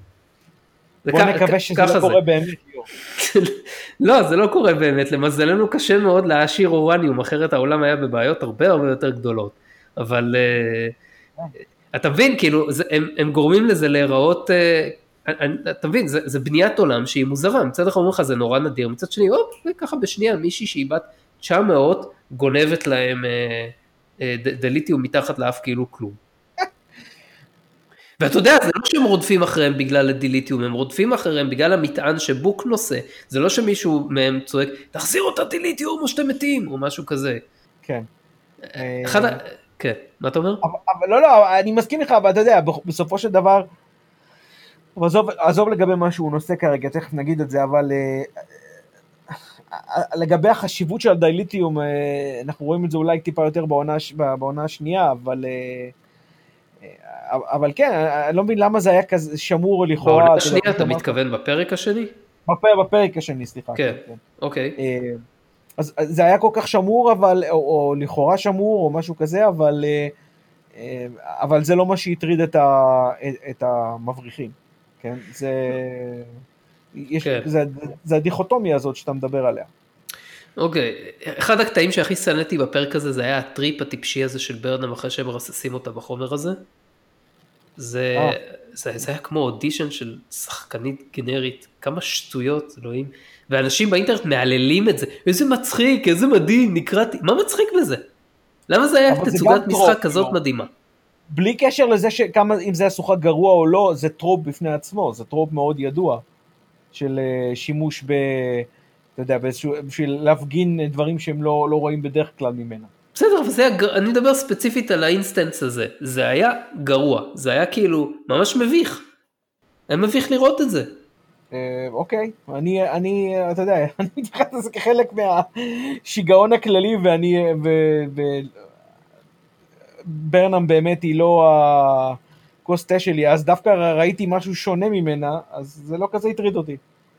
בוא נקווה שזה לא קורה באמת. לא, זה לא קורה באמת, למזלנו קשה מאוד להשאיר אורניום, אחרת העולם היה בבעיות הרבה הרבה יותר גדולות. אבל אתה מבין, כאילו, זה, הם, הם גורמים לזה להיראות, אתה מבין, זה, זה בניית עולם שהיא מוזרה, מצד אחד אומרים לך זה נורא נדיר, מצד שני, אופ, וככה בשנייה, מישהי שהיא בת תשע מאות, גונבת להם דליטיום מתחת לאף כאילו כלום. ואתה יודע, זה לא שהם רודפים אחריהם בגלל הדיליטיום, הם רודפים אחריהם בגלל המטען שבוק נושא, זה לא שמישהו מהם צועק, תחזירו את הדיליטיום או שאתם מתים, או משהו כזה. כן. אחד, כן, מה אתה אומר? אבל לא, לא, אני מסכים לך, אבל אתה יודע, בסופו של דבר, עזוב, עזוב לגבי מה שהוא נושא כרגע, תכף נגיד את זה, אבל לגבי החשיבות של הדיליטיום, אנחנו רואים את זה אולי טיפה יותר בעונה, בעונה השנייה, אבל... אבל כן, אני לא מבין למה זה היה כזה שמור לכאורה. בעונה השנייה אתה מתכוון בפרק השני? בפרק השני, סליחה. כן, אוקיי. אז זה היה כל כך שמור, אבל, או לכאורה שמור, או משהו כזה, אבל, אבל זה לא מה שהטריד את, ה, את המבריחים. כן? זה, יש, כן. זה, זה הדיכוטומיה הזאת שאתה מדבר עליה. אוקיי, אחד הקטעים שהכי סנתי בפרק הזה, זה היה הטריפ הטיפשי הזה של ברנם, אחרי שהם מרססים אותה בחומר הזה. זה, זה, זה היה כמו אודישן של שחקנית גנרית, כמה שטויות, אלוהים. ואנשים באינטרנט מעללים את זה, איזה מצחיק, איזה מדהים, נקראתי, מה מצחיק בזה? למה זה היה תצוגת משחק כזאת לא. מדהימה? בלי קשר לזה שכמה, אם זה היה שוחק גרוע או לא, זה טרופ בפני עצמו, זה טרופ מאוד ידוע, של שימוש ב... אתה יודע, בשביל להפגין דברים שהם לא, לא רואים בדרך כלל ממנה. בסדר, וזה היה, אני מדבר ספציפית על האינסטנס הזה, זה היה גרוע, זה היה כאילו ממש מביך, היה מביך לראות את זה. אוקיי, אני, אני, אתה יודע, אני מתייחס לזה כחלק מהשיגעון הכללי, ואני, וברנם באמת היא לא הכוס תה שלי, אז דווקא ראיתי משהו שונה ממנה, אז זה לא כזה הטריד אותי.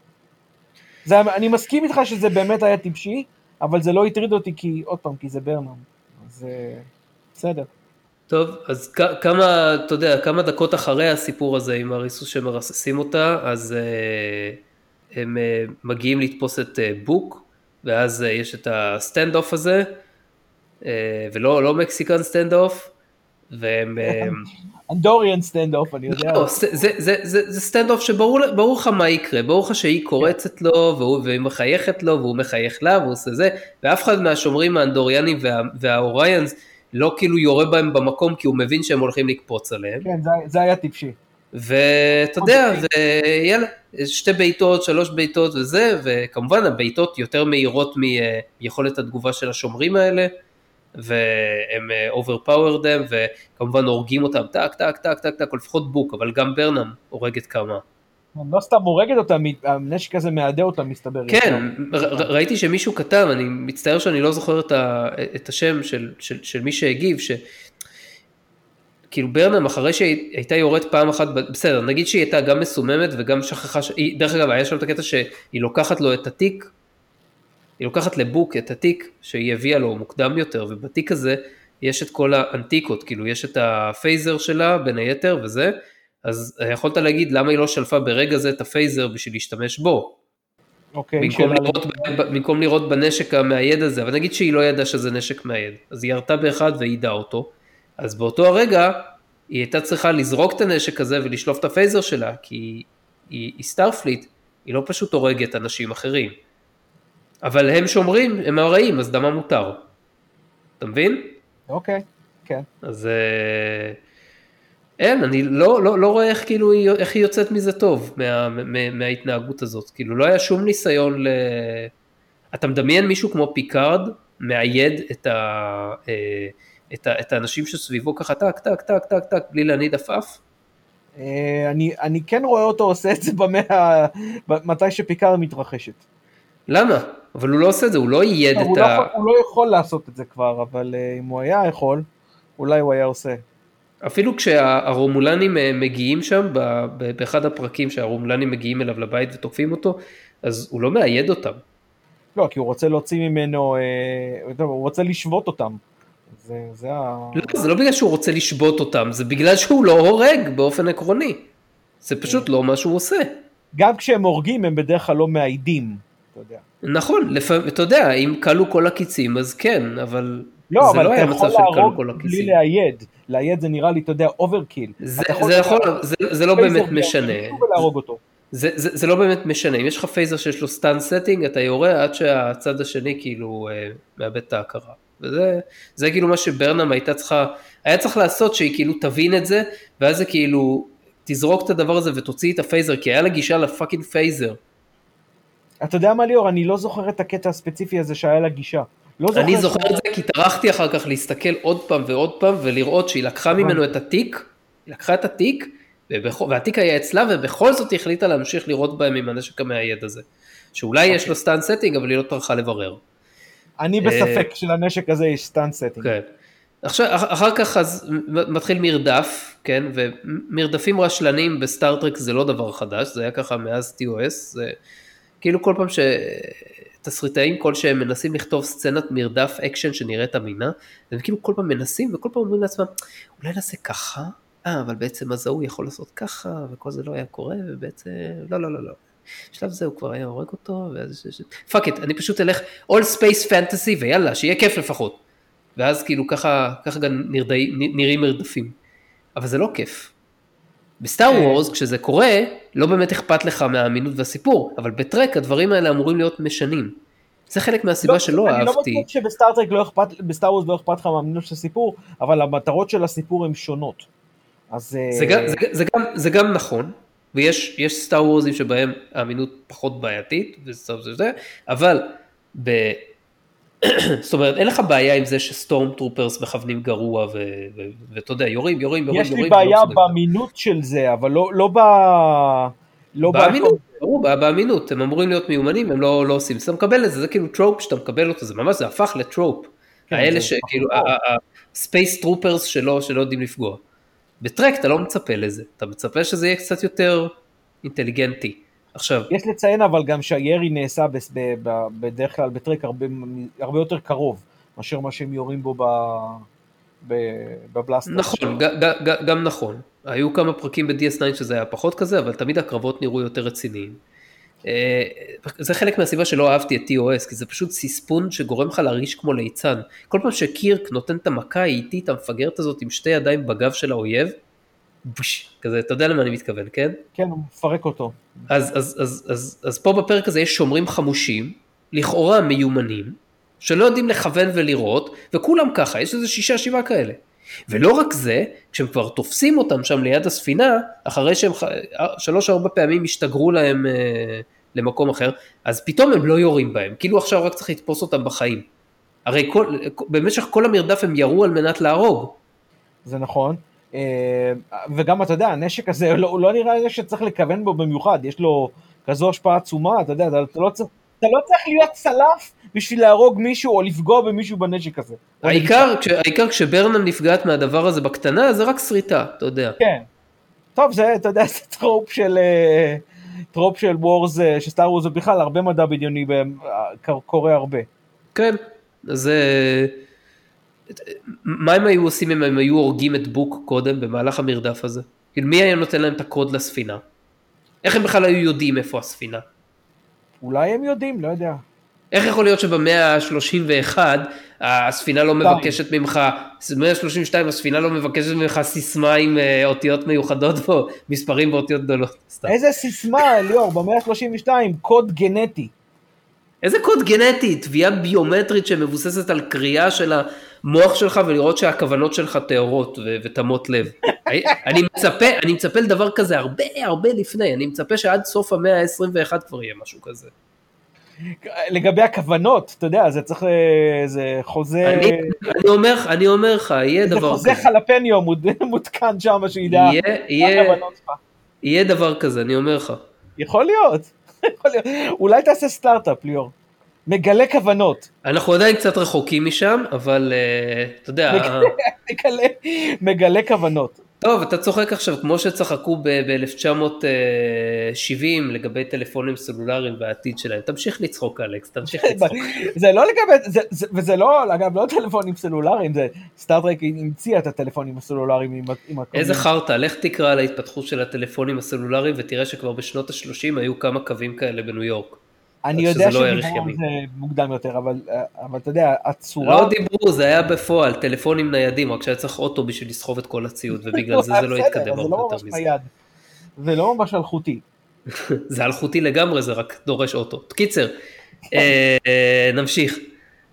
זה, אני מסכים איתך שזה באמת היה טיפשי, אבל זה לא הטריד אותי כי, עוד פעם, כי זה ברנם. אז בסדר. טוב, אז כמה, אתה יודע, כמה דקות אחרי הסיפור הזה עם הריסוס שמרססים אותה, אז uh, הם uh, מגיעים לתפוס את uh, בוק, ואז uh, יש את הסטנד אוף הזה, uh, ולא לא מקסיקן סטנד אוף, והם... אנדוריאן סטנד אוף, אני יודע. לא, זה, זה, זה, זה, זה סטנד אוף שברור לך מה יקרה, ברור לך שהיא קורצת לו, והוא, והיא מחייכת לו, והוא מחייך לה, והוא עושה זה, ואף אחד מהשומרים האנדוריאנים וה, והאוריאנס, לא כאילו יורה בהם במקום, כי הוא מבין שהם הולכים לקפוץ עליהם. כן, זה, זה היה טיפשי. ואתה יודע, ויאללה, שתי ביתות, שלוש ביתות וזה, וכמובן הביתות יותר מהירות מיכולת התגובה של השומרים האלה, והם overpower them, וכמובן הורגים אותם, טק, טק, טק, טק, טק, לפחות בוק, אבל גם ברנם הורגת כמה. לא סתם הורגת אותם, הנשק הזה מעדה אותם, מסתבר. כן, ראיתי שמישהו כתב, אני מצטער שאני לא זוכר את השם של מי שהגיב, כאילו ברנם אחרי שהיא הייתה יורד פעם אחת, בסדר, נגיד שהיא הייתה גם מסוממת וגם שכחה, דרך אגב היה שם את הקטע שהיא לוקחת לו את התיק, היא לוקחת לבוק את התיק שהיא הביאה לו מוקדם יותר, ובתיק הזה יש את כל האנטיקות, כאילו יש את הפייזר שלה בין היתר וזה, אז יכולת להגיד למה היא לא שלפה ברגע זה את הפייזר בשביל להשתמש בו, אוקיי, במקום, לראות, במקום לראות בנשק המאייד הזה, אבל נגיד שהיא לא ידעה שזה נשק מאייד, אז היא ירתה באחד והעידה אותו, אז באותו הרגע היא הייתה צריכה לזרוק את הנשק הזה ולשלוף את הפייזר שלה, כי היא, היא, היא סטארפליט, היא לא פשוט הורגת אנשים אחרים. אבל הם שומרים, הם הרעים, אז דמה מותר. אתה מבין? אוקיי, כן. אז אין, אני לא, לא, לא רואה איך, כאילו, איך היא יוצאת מזה טוב, מה, מה, מההתנהגות הזאת. כאילו, לא היה שום ניסיון ל... אתה מדמיין מישהו כמו פיקארד, מאייד את ה... את, ה, את האנשים שסביבו ככה, טק, טק, טק, טק, טק, בלי להניד עפעף? אני, אני כן רואה אותו עושה את זה במאה, מתי שפיקארד מתרחשת. למה? אבל הוא לא עושה את זה, הוא לא ייד את לא, ה... הוא לא יכול לעשות את זה כבר, אבל אם הוא היה יכול, אולי הוא היה עושה. אפילו כשהרומולנים מגיעים שם, באחד הפרקים שהרומולנים מגיעים אליו לבית ותוקפים אותו, אז הוא לא מאייד אותם. לא, כי הוא רוצה להוציא ממנו, הוא רוצה לשבות אותם. זה, זה ה... לא, זה לא בגלל שהוא רוצה לשבות אותם, זה בגלל שהוא לא הורג באופן עקרוני. זה פשוט לא מה שהוא עושה. גם כשהם הורגים, הם בדרך כלל לא מאיידים, אתה יודע. נכון, לפעמים, אתה יודע, אם קלו כל הקיצים, אז כן, אבל לא, זה אבל לא אתה היה מצב יכול של קלו להרוג כל בלי הכיסים. לאייד, לאייד זה נראה לי, אתה יודע, אוברקיל. זה, זה, יכול, זה, זה לא באמת משנה. ולהרוג אותו. זה, זה, זה לא באמת משנה, אם יש לך פייזר שיש לו סטן סטינג, אתה יורה עד שהצד השני כאילו אה, מאבד את ההכרה. וזה זה כאילו מה שברנם הייתה צריכה, היה צריך לעשות שהיא כאילו תבין את זה, ואז זה כאילו תזרוק את הדבר הזה ותוציא את הפייזר, כי היה לה גישה לפאקינג פייזר. אתה יודע מה ליאור, אני לא זוכר את הקטע הספציפי הזה שהיה לה גישה. לא זוכר אני זוכר ש... את זה כי טרחתי אחר כך להסתכל עוד פעם ועוד פעם, ולראות שהיא לקחה ממנו את התיק, היא לקחה את התיק, והתיק היה אצלה, ובכל זאת היא החליטה להמשיך לראות בהם עם הנשק המאייד הזה. שאולי יש לו סטן סטינג, אבל היא לא טרחה לברר. אני בספק שלנשק הזה יש סטן סטינג. כן. עכשיו, אחר כך אז מתחיל מרדף, כן, ומרדפים רשלנים בסטארטרק זה לא דבר חדש, זה היה ככה מאז טי או אס, זה כאילו כל פעם שתסריטאים כלשהם מנסים לכתוב סצנת מרדף אקשן שנראית אמינה, הם כאילו כל פעם מנסים וכל פעם אומרים לעצמם, אולי נעשה ככה, אה, אבל בעצם אז הוא יכול לעשות ככה, וכל זה לא היה קורה, ובעצם, לא, לא, לא, לא. בשלב זה הוא כבר היה הורג אותו, ואז, פאק איט, אני פשוט אלך all space fantasy, ויאללה, שיהיה כיף לפחות. ואז כאילו ככה, ככה גם נרדאי, נראים מרדפים. אבל זה לא כיף. בסטאר וורס, כשזה קורה, לא באמת אכפת לך מהאמינות והסיפור, אבל בטרק הדברים האלה אמורים להיות משנים. זה חלק מהסיבה שלא אהבתי. אני לא בטוח שבסטארטרק לא אכפת, בסטאר וורס לא אכפת לך מהאמינות של הסיפור, אבל המטרות של הסיפור הן שונות. אז... זה גם, זה, זה גם, זה גם נכון, ויש, יש סטאר וורסים שבהם האמינות פחות בעייתית, וזה, זה, זה, אבל ב... זאת אומרת, אין לך בעיה עם זה שסטורם טרופרס מכוונים גרוע, ואתה יודע, יורים, יורים, יורים. יש לי בעיה באמינות של זה, אבל לא ב... באמינות, ברור, באמינות, הם אמורים להיות מיומנים, הם לא עושים, אתה מקבל את זה, זה כאילו טרופ שאתה מקבל אותו, זה ממש, זה הפך לטרופ, האלה שכאילו, הספייס טרופרס שלו, שלא יודעים לפגוע. בטרק אתה לא מצפה לזה, אתה מצפה שזה יהיה קצת יותר אינטליגנטי. עכשיו, יש לציין אבל גם שהירי נעשה בדרך כלל בטרק הרבה, הרבה יותר קרוב, מאשר מה שהם יורים בו בבלסטר. נכון, גם נכון. היו כמה פרקים ב-די אס ניין שזה היה פחות כזה, אבל תמיד הקרבות נראו יותר רציניים. זה חלק מהסיבה שלא אהבתי את טי או אס, כי זה פשוט סיספון שגורם לך להרגיש כמו ליצן. כל פעם שקירק נותן את המכה האיטית, המפגרת הזאת עם שתי ידיים בגב של האויב, בוש, כזה, אתה יודע למה אני מתכוון, כן? כן, הוא מפרק אותו. אז, אז, אז, אז, אז פה בפרק הזה יש שומרים חמושים, לכאורה מיומנים, שלא יודעים לכוון ולראות, וכולם ככה, יש איזה שישה שבעה כאלה. ולא רק זה, כשהם כבר תופסים אותם שם ליד הספינה, אחרי שהם שלוש ארבע פעמים השתגרו להם אה, למקום אחר, אז פתאום הם לא יורים בהם, כאילו עכשיו רק צריך לתפוס אותם בחיים. הרי כל, במשך כל המרדף הם ירו על מנת להרוג. זה נכון. וגם אתה יודע, הנשק הזה, הוא לא נראה לי שצריך לכוון בו במיוחד, יש לו כזו השפעה עצומה, אתה יודע, אתה לא צריך, אתה לא צריך להיות צלף בשביל להרוג מישהו או לפגוע במישהו בנשק הזה. העיקר, העיקר כשברנם נפגעת מהדבר הזה בקטנה, זה רק שריטה, אתה יודע. כן. טוב, זה, אתה יודע, זה טרופ של, טרופ של וורס, שסטאר וורס זה בכלל הרבה מדע בדיוני, קורה הרבה. כן, אז... מה הם היו עושים אם הם היו הורגים את בוק קודם במהלך המרדף הזה? מי היה נותן להם את הקוד לספינה? איך הם בכלל היו יודעים איפה הספינה? אולי הם יודעים, לא יודע. איך יכול להיות שבמאה ה-שלושים ואחת הספינה לא מבקשת ממך, במאה ה-שלושים ושתיים הספינה לא מבקשת ממך סיסמה עם אותיות מיוחדות או מספרים באותיות גדולות? איזה סיסמה, ליאור, במאה ה-שלושים ושתיים, קוד גנטי. איזה קוד גנטי? תביעה ביומטרית שמבוססת על קריאה של המוח שלך ולראות שהכוונות שלך טהורות ותמות לב. אני מצפה, אני מצפה לדבר כזה הרבה הרבה לפני, אני מצפה שעד סוף המאה ה-עשרים ואחת כבר יהיה משהו כזה. לגבי הכוונות, אתה יודע, זה צריך, זה חוזה... אני, אני אומר, אני אומר לך, יהיה דבר כזה. זה חוזה חלפניו מותקן שם, שידע. יהיה, יהיה דבר כזה, אני אומר לך. יכול להיות. אולי תעשה סטארט-אפ, ליאור. מגלה כוונות. אנחנו עדיין קצת רחוקים משם, אבל אתה יודע... מגלה כוונות. טוב, אתה צוחק עכשיו, כמו שצחקו ב-אלף תשע מאות שבעים לגבי טלפונים סלולריים והעתיד שלהם. תמשיך לצחוק, אלכס, תמשיך לצחוק. זה לא לגבי, וזה לא, אגב, לא טלפונים סלולריים, זה סטארטרק המציאה את הטלפונים הסלולריים. איזה חרטה, לך תקרא על ההתפתחות של הטלפונים הסלולריים, ותראה שכבר בשנות ה-שלושים היו כמה קווים כאלה בניו יורק. אני יודע שדיברו על זה מוקדם יותר, אבל, אבל אתה יודע, הצורה... לא דיברו, זה היה בפועל, טלפונים ניידים, רק שהיה צריך אוטו בשביל לסחוב את כל הציוד, ובגלל זה זה לא התקדם הרבה יותר מזה. זה לא ממש אלחוטי. זה אלחוטי לגמרי, זה רק דורש אוטו. קיצר, נמשיך.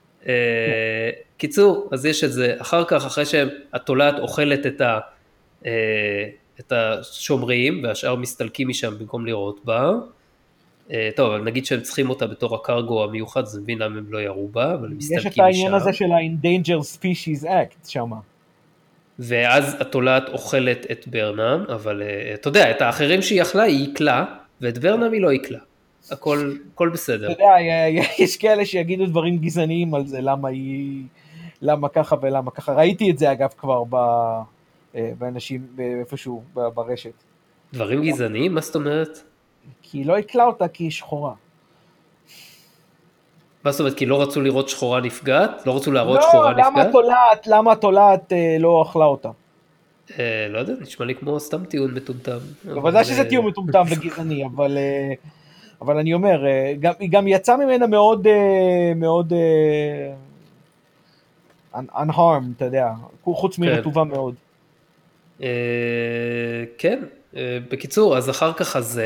קיצור, אז יש את זה. אחר כך, אחרי שהתולעת אוכלת את ה... את השומרים, והשאר מסתלקים משם במקום לראות בה. טוב, אבל נגיד שהם צריכים אותה בתור הקרגו המיוחד, אז מבין למה הם לא יראו בה, אבל הם מסתלקים משם. יש את העניין הזה של ה-Endangered Species Act שם. ואז התולעת אוכלת את ברנם, אבל אתה יודע, את האחרים שהיא אכלה, היא יקלה, ואת ברנם היא לא יקלה. הכל, הכל בסדר. אתה יודע, יש כאלה שיגידו דברים גזעניים על זה, למה היא, למה ככה ולמה ככה. ראיתי את זה אגב כבר ב... באנשים, איפשהו ברשת. דברים גזעניים? מה זאת אומרת? כי היא לא יקלה אותה, כי היא שחורה. מה זאת אומרת? כי לא רצו לראות שחורה נפגעת? לא רצו להראות שחורה נפגעת? לא, למה התולעת, למה התולעת לא אכלה אותה? לא יודע, נשמע לי כמו סתם טיעון מטומטם. בוודאי שזה טיעון מטומטם וגזעני, אבל... אבל אני אומר, היא גם יצאה ממנה מאוד, מאוד... unharmed, אתה יודע, חוץ מרטובה מאוד. כן, בקיצור, אז אחר כך, אז,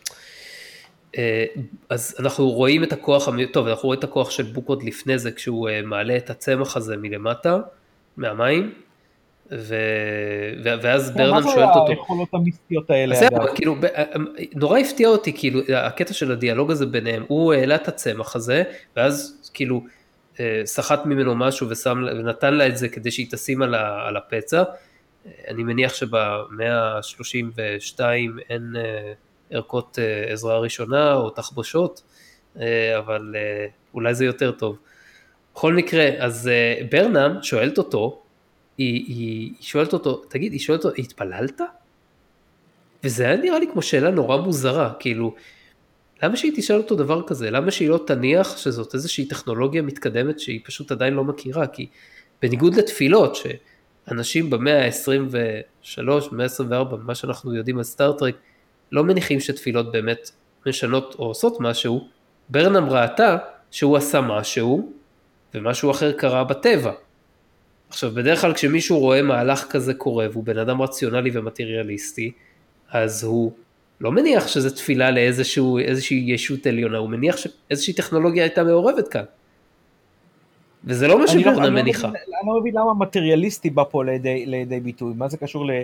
אז אנחנו רואים את הכוח, טוב, אנחנו רואים את הכוח של בוק עוד לפני זה, כשהוא מעלה את הצמח הזה מלמטה, מהמים, ו... ואז ברנם שואלת אותו. מה זה היכולות המיסטיות האלה? אז אגב? כאילו, נורא הפתיע אותי, כאילו, הקטע של הדיאלוג הזה ביניהם, הוא העלה את הצמח הזה, ואז כאילו, שחט ממנו משהו ושם, ונתן לה את זה כדי שהיא תשים על, ה... על הפצע, אני מניח שבמאה ה-שלושים ושתיים אין ערכות עזרה ראשונה או תחבושות, אבל אולי זה יותר טוב. בכל מקרה, אז ברנם שואלת אותו, היא, היא, היא שואלת אותו, תגיד, היא שואלת אותו, התפללת? וזה היה נראה לי כמו שאלה נורא מוזרה, כאילו, למה שהיא תשאל אותו דבר כזה? למה שהיא לא תניח שזאת איזושהי טכנולוגיה מתקדמת שהיא פשוט עדיין לא מכירה? כי בניגוד לתפילות, ש... אנשים במאה ה-עשרים ושלוש, במאה ה-עשרים וארבע, מה שאנחנו יודעים על סטארטרק, לא מניחים שתפילות באמת משנות או עושות משהו, ברנם ראתה שהוא עשה משהו, ומשהו אחר קרה בטבע. עכשיו, בדרך כלל כשמישהו רואה מהלך כזה קורה, והוא בן אדם רציונלי ומטריאליסטי, אז הוא לא מניח שזה תפילה לאיזושהי ישות עליונה, הוא מניח שאיזושהי טכנולוגיה הייתה מעורבת כאן. וזה לא מה שברנם מניחה. אני לא מבין למה מטריאליסטי בא פה לידי ביטוי, מה זה קשור ל...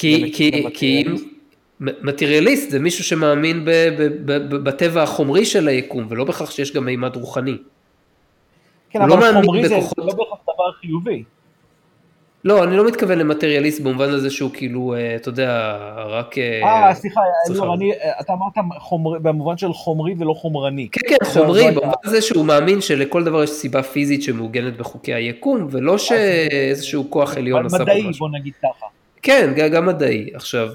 כי מטריאליסט זה מישהו שמאמין בטבע החומרי של היקום, ולא בכך שיש גם מימד רוחני. כן, אבל חומרי זה לא בכך דבר חיובי. לא, אני לא מתכוון למטריאליסט במובן הזה שהוא כאילו, אתה יודע, רק... אה, סליחה, אתה אמרת במובן של חומרי ולא חומרני. כן, כן, חומרי, במובן הזה שהוא מאמין שלכל דבר יש סיבה פיזית שמעוגנת בחוקי היקום, ולא שאיזשהו כוח עליון עשה פה משהו. מדעי, בוא נגיד ככה. כן, גם מדעי. עכשיו,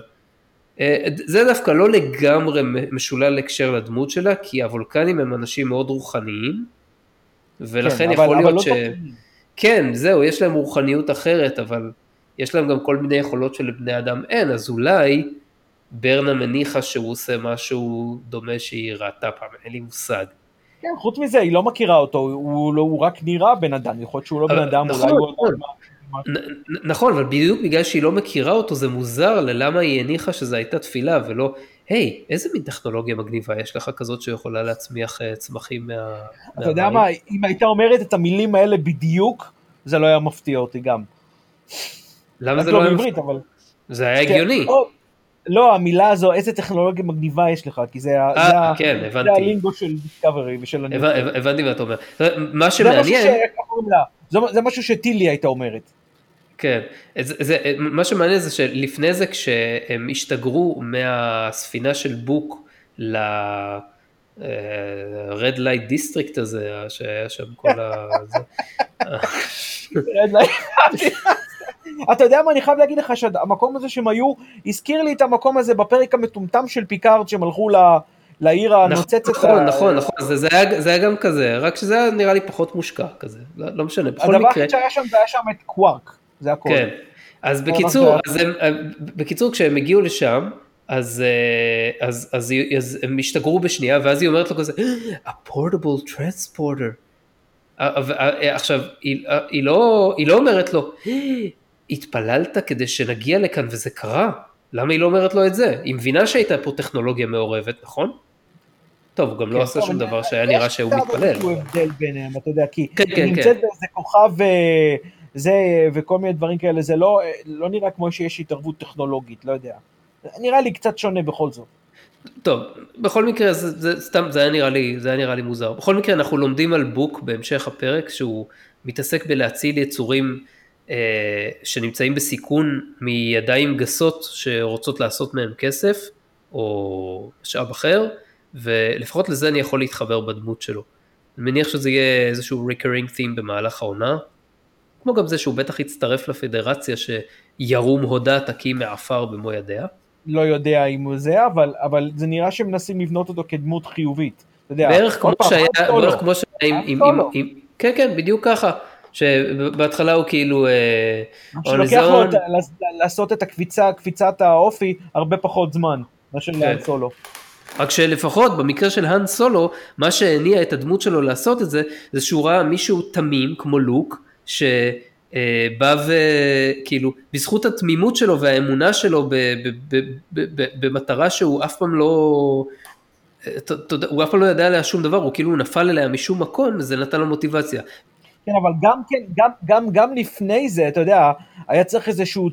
זה דווקא לא לגמרי משולל לקשר לדמות שלה, כי הוולקנים הם אנשים מאוד רוחניים, ולכן יכול להיות ש... כן, זהו, יש להם רוחניות אחרת, אבל יש להם גם כל מיני יכולות שלבני אדם אין, אז אולי ברנם מניחה שהוא עושה משהו דומה שהיא ראתה פעם, אין לי מושג. כן, חוץ מזה, היא לא מכירה אותו, הוא, לא, הוא רק נראה בן אדם, יכול להיות שהוא לא בן אדם, נכון, אולי נכון, הוא... נ, נכון, אבל בדיוק בגלל שהיא לא מכירה אותו, זה מוזר ללמה היא הניחה שזו הייתה תפילה, ולא, היי, איזה מין טכנולוגיה מגניבה יש לך כזאת שיכולה להצמיח צמחים מה... אתה יודע מה, אם הייתה אומרת את המילים האלה בדיוק, זה לא היה מפתיע אותי גם. למה זה לא היה מפתיע? זה היה הגיוני. לא, המילה הזו, איזה טכנולוגיה מגניבה יש לך, כי זה הלינגו של דיסקאברי ושל... הבנתי מה אתה אומר. מה שמעניין... זה משהו שטילי הייתה אומרת. כן, מה שמעניין זה שלפני זה כשהם השתגרו מהספינה של בוק ל-Red Light District הזה, שהיה שם כל ה... אתה יודע מה, אני חייב להגיד לך שהמקום הזה שהם היו, הזכיר לי את המקום הזה בפרק המטומטם של פיקארד, שהם הלכו לעיר הנוצצת. נכון, נכון, נכון, זה היה גם כזה, רק שזה היה נראה לי פחות מושקע כזה, לא משנה, בכל מקרה. הדבר שהיה שם, זה היה שם את קווארק, זה הכל. כן, אז בקיצור, אז הם, בקיצור, כשהם הגיעו לשם, אז, אז, אז, אז הם השתגרו בשנייה, ואז היא אומרת לו כזה, a portable transporter. עכשיו, היא, היא, לא, היא לא אומרת לו, התפללת כדי שנגיע לכאן וזה קרה? למה היא לא אומרת לו את זה? היא מבינה שהייתה פה טכנולוגיה מעורבת, נכון? טוב, הוא גם לא עשה שום דבר שהיה נראה שהוא מתפלל. יש קצת הבדל ביניהם, אתה יודע, כי כן, היא כן, נמצאת כן. באיזה כוכב וזה, וכל מיני דברים כאלה, זה לא, לא נראה כמו שיש התערבות טכנולוגית, לא יודע. נראה לי קצת שונה בכל זאת. טוב, בכל מקרה, זה, זה, סתם, זה היה נראה לי, זה היה נראה לי מוזר. בכל מקרה, אנחנו לומדים על בוק בהמשך הפרק, שהוא מתעסק בלהציל יצורים אה, שנמצאים בסיכון מידיים גסות, שרוצות לעשות מהם כסף, או משאב אחר, ולפחות לזה אני יכול להתחבר בדמות שלו. אני מניח שזה יהיה איזשהו recurring theme במהלך העונה, כמו גם זה שהוא בטח יצטרף לפדרציה שירום הודה תקים מעפר במו ידיה. לא יודע אם הוא זה, אבל, אבל זה נראה שמנסים לבנות אותו כדמות חיובית. אתה יודע, בערך כמו פעם, שהיה, סולו. בערך כמו שהיה עם, עם, עם, עם, כן, כן, בדיוק ככה, שבהתחלה הוא כאילו, שלוקח לו את, לעשות את הקפיצה, קפיצת האופי, הרבה פחות זמן, מאשר להן סולו. רק שלפחות במקרה של האן סולו, מה שהניע את הדמות שלו לעשות את זה, זה שהוא ראה מישהו תמים כמו לוק, שבא וכאילו, בזכות התמימות שלו והאמונה שלו במטרה שהוא אף פעם לא, הוא אף פעם לא ידע עליה שום דבר, הוא כאילו נפל אליה משום מקום, וזה נתן לו מוטיבציה. כן, אבל גם, כן, גם, גם, גם לפני זה, אתה יודע, היה צריך איזשהו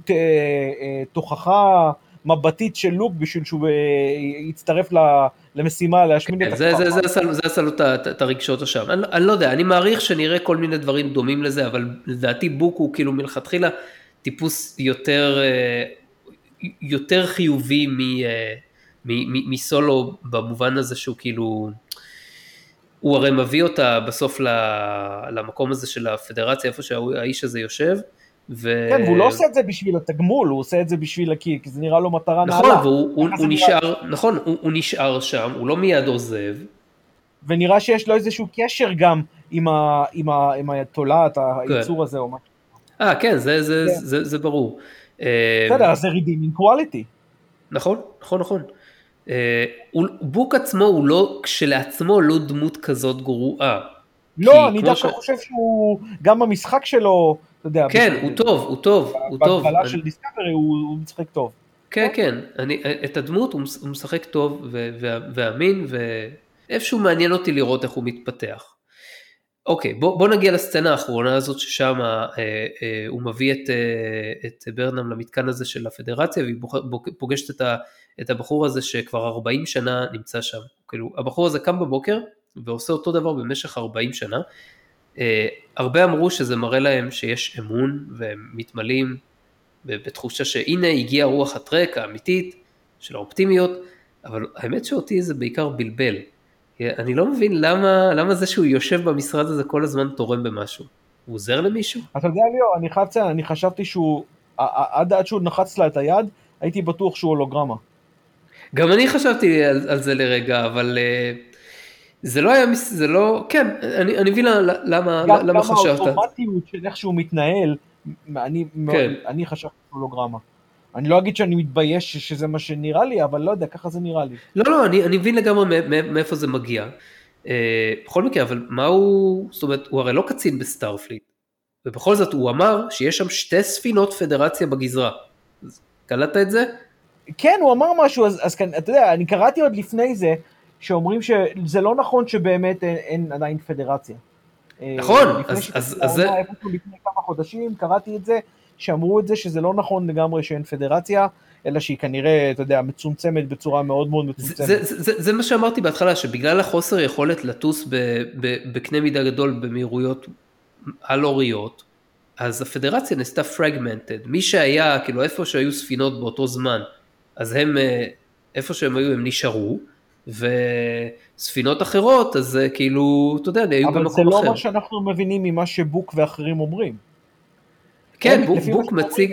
תוכחה מבטית של לוק, בשביל שהוא יצטרף למשימה, להשמיד את הכפר. זה עשה לו את הרגשות שם. אני, אני לא יודע, אני מעריך שנראה כל מיני דברים דומים לזה, אבל לדעתי בוק הוא כאילו מלכתחילה טיפוס יותר, יותר חיובי מ, מ, מ, מסולו, במובן הזה שהוא כאילו, הוא הרי מביא אותה בסוף למקום הזה של הפדרציה, איפה שהאיש הזה יושב, ו... כן, והוא לא עושה את זה בשביל התגמול, הוא עושה את זה בשביל הקיר, כי זה נראה לו מטרה נכון, נעלה. והוא, הוא, הוא נשאר, נכון, הוא, הוא נשאר שם, הוא לא מיד עוזב. ונראה שיש לו איזשהו קשר גם עם, ה, עם, ה, עם התולעת, הייצור כן. הזה או משהו. אה, כן, זה, זה, כן. זה, זה ברור. בסדר, זה redeeming quality. נכון, נכון, נכון. בוק עצמו הוא לא, כשלעצמו לא דמות כזאת גרועה. לא, אני דווקא ש... חושב שהוא, גם במשחק שלו, אתה יודע. כן, הוא טוב, הוא טוב, הוא טוב. בהתחלה של דיסקאברי הוא משחק טוב. כן, כן, אני, את הדמות הוא משחק טוב ואמין, ואיפשהו מעניין אותי לראות איך הוא מתפתח. אוקיי, בוא, בוא נגיע לסצנה האחרונה הזאת, ששם אה, אה, הוא מביא את, אה, את ברנם למתקן הזה של הפדרציה, והיא פוגשת את, ה, את הבחור הזה שכבר ארבעים שנה נמצא שם. כאילו, הבחור הזה קם בבוקר, ועושה אותו דבר במשך ארבעים שנה. אה, הרבה אמרו שזה מראה להם שיש אמון, והם מתמלאים בתחושה שהנה הגיעה רוח הטרק האמיתית של האופטימיות, אבל האמת שאותי זה בעיקר בלבל. אני לא מבין למה, למה זה שהוא יושב במשרד הזה כל הזמן תורם במשהו. הוא עוזר למישהו? אתה יודע ליאור, אני חייב לציין, אני חשבתי שהוא, עד עד שהוא נחץ לה את היד, הייתי בטוח שהוא הולוגרמה. גם אני חשבתי על, על זה לרגע, אבל uh, זה לא היה, זה לא, כן, אני, אני מבין למה, גם, למה גם חשבת. גם האוטומטיות של איך שהוא מתנהל, אני, כן. אני חשבתי הולוגרמה. אני לא אגיד שאני מתבייש שזה מה שנראה לי, אבל לא יודע, ככה זה נראה לי. לא, לא, אני, אני מבין לגמרי מאיפה זה מגיע. בכל מקרה, אבל מה הוא, זאת אומרת, הוא הרי לא קצין בסטארפליט, ובכל זאת הוא אמר שיש שם שתי ספינות פדרציה בגזרה. קלטת את זה? כן, הוא אמר משהו, אז, אז כאן, אתה יודע, אני קראתי עוד לפני זה, שאומרים שזה לא נכון שבאמת אין, אין עדיין פדרציה. נכון, אז, אז, אז זה... לפני כמה חודשים, קראתי את זה, שאמרו את זה שזה לא נכון לגמרי שאין פדרציה, אלא שהיא כנראה, אתה יודע, מצומצמת בצורה מאוד מאוד מצומצמת. זה, זה, זה, זה מה שאמרתי בהתחלה, שבגלל החוסר יכולת לטוס בקנה מידה גדול במהירויות על-אוריות, אז הפדרציה נעשתה fragmented. מי שהיה, כאילו איפה שהיו ספינות באותו זמן, אז הם, איפה שהם היו, הם נשארו, וספינות אחרות, אז כאילו, אתה יודע, היו במקום אחר. אבל זה לא מה שאנחנו מבינים ממה שבוק ואחרים אומרים. כן, בוק, בוק מציג...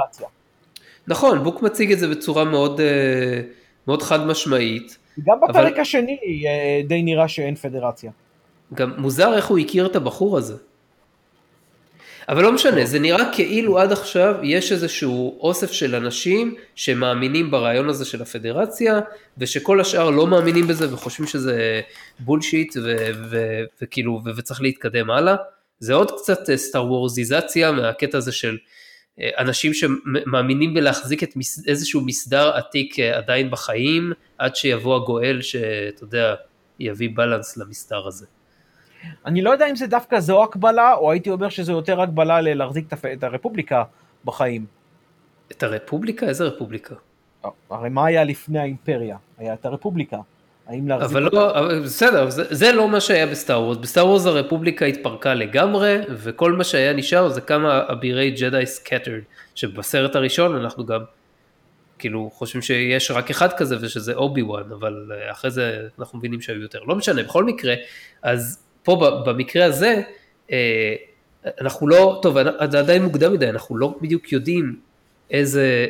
נכון, בוק מציג את זה בצורה מאוד, מאוד חד משמעית. גם בפרק אבל... השני די נראה שאין פדרציה. גם מוזר איך הוא הכיר את הבחור הזה. אבל לא משנה, זה נראה כאילו עד עכשיו יש איזשהו אוסף של אנשים שמאמינים ברעיון הזה של הפדרציה, ושכל השאר לא מאמינים בזה וחושבים שזה בולשיט וכאילו, וצריך להתקדם הלאה. זה עוד קצת סטאר וורזיזציה מהקטע הזה של אנשים שמאמינים בלהחזיק את איזשהו מסדר עתיק עדיין בחיים, עד שיבוא הגואל שאתה יודע, יביא בלנס למסדר הזה. אני לא יודע אם זה דווקא זו הקבלה, או הייתי אומר שזה יותר הקבלה להחזיק את הרפובליקה בחיים. את הרפובליקה? איזה רפובליקה? הרי מה היה לפני האימפריה? היה את הרפובליקה. האם להחזיק אבל אותה? לא, אבל בסדר, זה, זה לא מה שהיה בסטאר וורס. בסטאר וורס הרפובליקה התפרקה לגמרי, וכל מה שהיה נשאר זה כמה אבירי ג'די סקטרד, שבסרט הראשון אנחנו גם כאילו חושבים שיש רק אחד כזה ושזה אובי וואן, אבל אחרי זה אנחנו מבינים שהיו יותר. לא משנה, בכל מקרה, אז פה במקרה הזה, אנחנו לא, טוב, זה עדיין מוקדם מדי, אנחנו לא בדיוק יודעים איזה,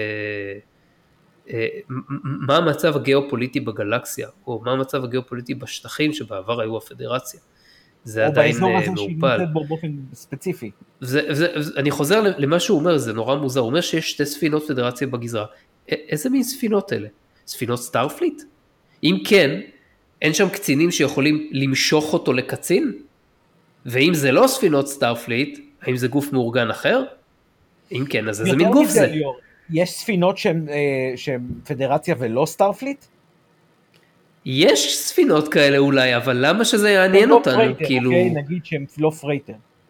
מה המצב הגיאופוליטי בגלקסיה, או מה המצב הגיאופוליטי בשטחים שבעבר היו הפדרציה. זה עדיין מעופל. או באזור הזה שהיא נמצאת בו באופן ספציפי. אני חוזר למה שהוא אומר, זה נורא מוזר, הוא אומר שיש שתי ספינות פדרציה בגזרה. איזה מין ספינות אלה? ספינות סטארפליט? אם כן, אין שם קצינים שיכולים למשוך אותו לקצין? ואם זה לא ספינות סטארפליט, האם זה גוף מאורגן אחר? אם כן, אז איזה מין גוף זה? יש ספינות שהן פדרציה ולא סטארפליט? יש ספינות כאלה אולי, אבל למה שזה יעניין אותנו? כאילו... אוקיי, נגיד שהן לא פרייטר.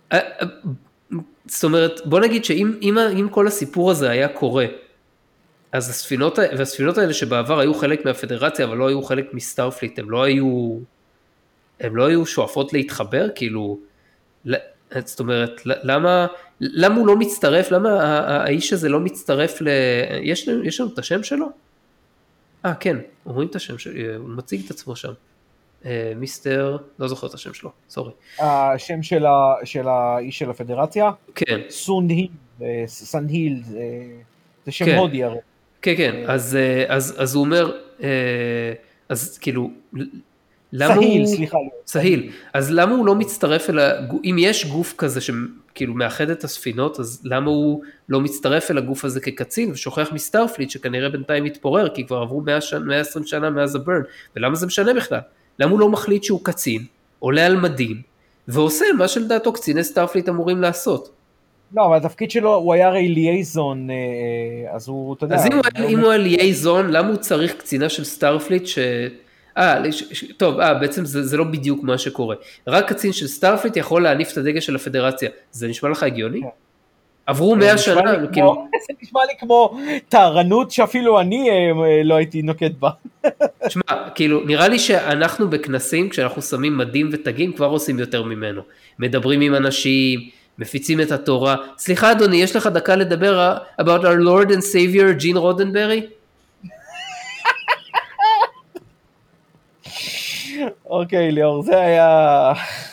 זאת אומרת, בוא נגיד שאם כל הסיפור הזה היה קורה, אז הספינות, והספינות האלה שבעבר היו חלק מהפדרציה, אבל לא היו חלק מסטארפליט, הם לא היו, הם לא היו שואפות להתחבר, כאילו, זאת אומרת, למה, למה הוא לא מצטרף, למה האיש הזה לא מצטרף ל... יש, יש לנו את השם שלו? אה, כן, אומרים את השם שלו, הוא מציג את עצמו שם. מיסטר, לא זוכר את השם שלו, סורי. השם של, ה, של האיש של הפדרציה? כן. סונהיל, סנהיל, זה שם כן. הודי הרי. כן, כן, אז, אז, אז הוא אומר, אז כאילו, למה סהיל, הוא... סליחה. סהיל, אז למה הוא לא מצטרף אל, אם יש גוף כזה שכאילו מאחד את הספינות, אז למה הוא לא מצטרף אל הגוף הזה כקצין, ושוכח מסטארפליט שכנראה בינתיים מתפורר, כי כבר עברו מאה ועשרים שנה מאז הברן, ולמה זה משנה בכלל? למה הוא לא מחליט שהוא קצין, עולה על מדים, ועושה מה שלדעתו קציני סטארפליט אמורים לעשות? לא, אבל התפקיד שלו, הוא היה הרי ליאזון, אז הוא, אתה יודע... אז אם הוא היה ליאזון, למה הוא צריך קצינה של סטארפליט ש... אה, טוב, אה, בעצם זה, זה לא בדיוק מה שקורה. רק קצין של סטארפליט יכול להניף את הדגל של הפדרציה. זה נשמע לך הגיוני? עברו מאה שנה, כאילו... זה נשמע לי כמו טהרנות שאפילו אני לא הייתי נוקט בה. תשמע, כאילו, נראה לי שאנחנו בכנסים, כשאנחנו שמים מדים ותגים, כבר עושים יותר ממנו. מדברים עם אנשים, מפיצים את התורה. סליחה אדוני, יש לך דקה לדבר about our Lord and Savior, ג'ין רודנברי? אוקיי, ליאור, זה היה...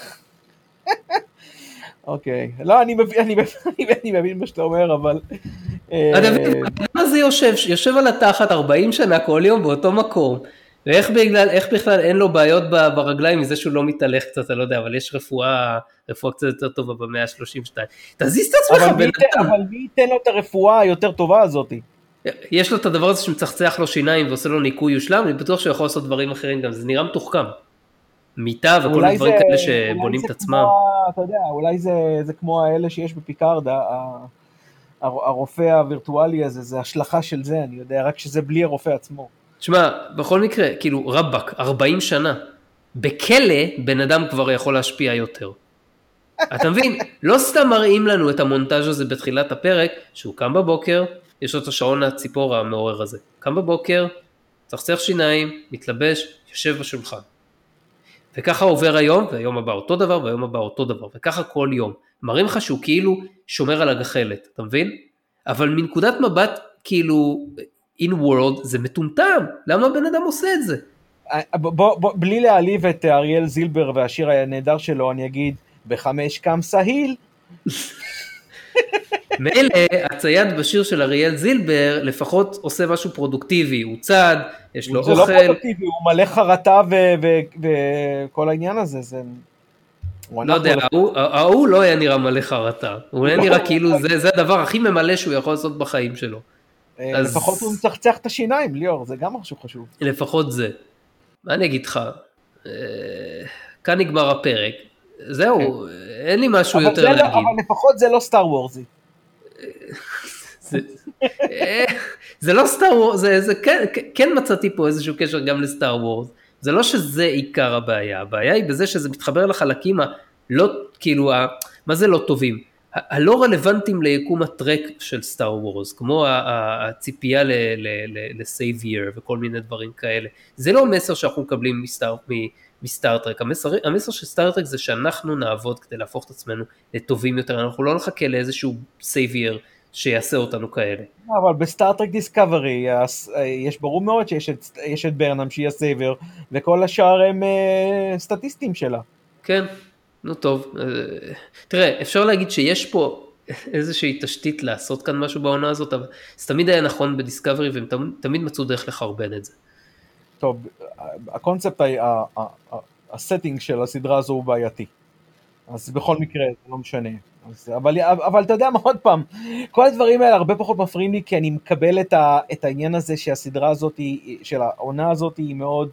אוקיי, לא, אני מבין מה שאתה אומר, אבל... מה זה יושב? יושב על התחת ארבעים שנה כל יום באותו מקום, ואיך בכלל, איך בכלל אין לו בעיות ברגליים מזה שהוא לא מתהלך קצת, אני לא יודע, אבל יש רפואה, רפואה קצת יותר טובה במאה ה-שלושים ושתיים. תזיז את עצמך בן אדם. אבל מי ייתן לו את הרפואה היותר טובה הזאת? יש לו את הדבר הזה שמצחצח לו שיניים ועושה לו ניקוי יושלם, אני בטוח שהוא יכול לעשות דברים אחרים גם, זה נראה מתוחכם. מיטה וכל מיני דברים כאלה שבונים את עצמם. אתה יודע, אולי זה כמו האלה שיש בפיקארד, הרופא הווירטואלי הזה, זה השלכה של זה, אני יודע, רק שזה בלי הרופא עצמו. תשמע, בכל מקרה, כאילו רבק, ארבעים שנה, בכלא בן אדם כבר יכול להשפיע יותר. אתה מבין? לא סתם מראים לנו את המונטאז' הזה בתחילת הפרק, שהוא קם בבוקר, יש לו את השעון הציפור המעורר הזה. קם בבוקר, צחצח שיניים, מתלבש, יושב בשולחן. וככה עובר היום, והיום הבא אותו דבר, והיום הבא אותו דבר, וככה כל יום. מראים לך שהוא כאילו שומר על הגחלת, אתה מבין? אבל מנקודת מבט, כאילו, in world, זה מטומטם. למה הבן אדם עושה את זה? בוא, בוא, בלי להעליב את אריאל זילבר והשיר הנהדר שלו, אני אגיד, בחמש קם סהיל. מילא, הצייד בשיר של אריאל זילבר, לפחות עושה משהו פרודוקטיבי, הוא צד, יש לו אוכל. זה לא פרודוקטיבי, הוא מלא חרטה וכל העניין הזה, זה... לא יודע, ההוא לא היה נראה מלא חרטה, הוא היה נראה כאילו זה הדבר הכי ממלא שהוא יכול לעשות בחיים שלו. לפחות הוא מצחצח את השיניים, ליאור, זה גם משהו חשוב. לפחות זה. מה אני אגיד לך? כאן נגמר הפרק. זהו, אין לי משהו יותר להגיד. אבל לפחות זה לא סטאר וורזי. זה לא סטאר וורז, כן מצאתי פה איזשהו קשר גם לסטאר וורז. זה לא שזה עיקר הבעיה, הבעיה היא בזה שזה מתחבר לחלקים הלא, כאילו, מה זה לא טובים? הלא רלוונטיים ליקום הטרק של סטאר וורז, כמו הציפייה לסייבייר וכל מיני דברים כאלה. זה לא מסר שאנחנו מקבלים מסטאר טרק, המסר של סטאר טרק זה שאנחנו נעבוד כדי להפוך את עצמנו לטובים יותר, אנחנו לא נחכה לאיזשהו סייבייר שיעשה אותנו כאלה. אבל בסטאר טרק דיסקאברי יש ברור מאוד שיש את ברנם שהיא הסייבייר, וכל השאר הם סטטיסטים שלה. כן. נו טוב, תראה, אפשר להגיד שיש פה איזושהי תשתית לעשות כאן משהו בעונה הזאת, אבל זה תמיד היה נכון בדיסקאברי, והם תמיד מצאו דרך לחרבן את זה. טוב, הקונספט, הסטינג של הסדרה הזו הוא בעייתי, אז בכל מקרה זה לא משנה, אז, אבל, אבל אתה יודע מה, עוד פעם, כל הדברים האלה הרבה פחות מפריעים לי, כי אני מקבל את, ה, את העניין הזה שהסדרה הזאת, של העונה הזאת היא מאוד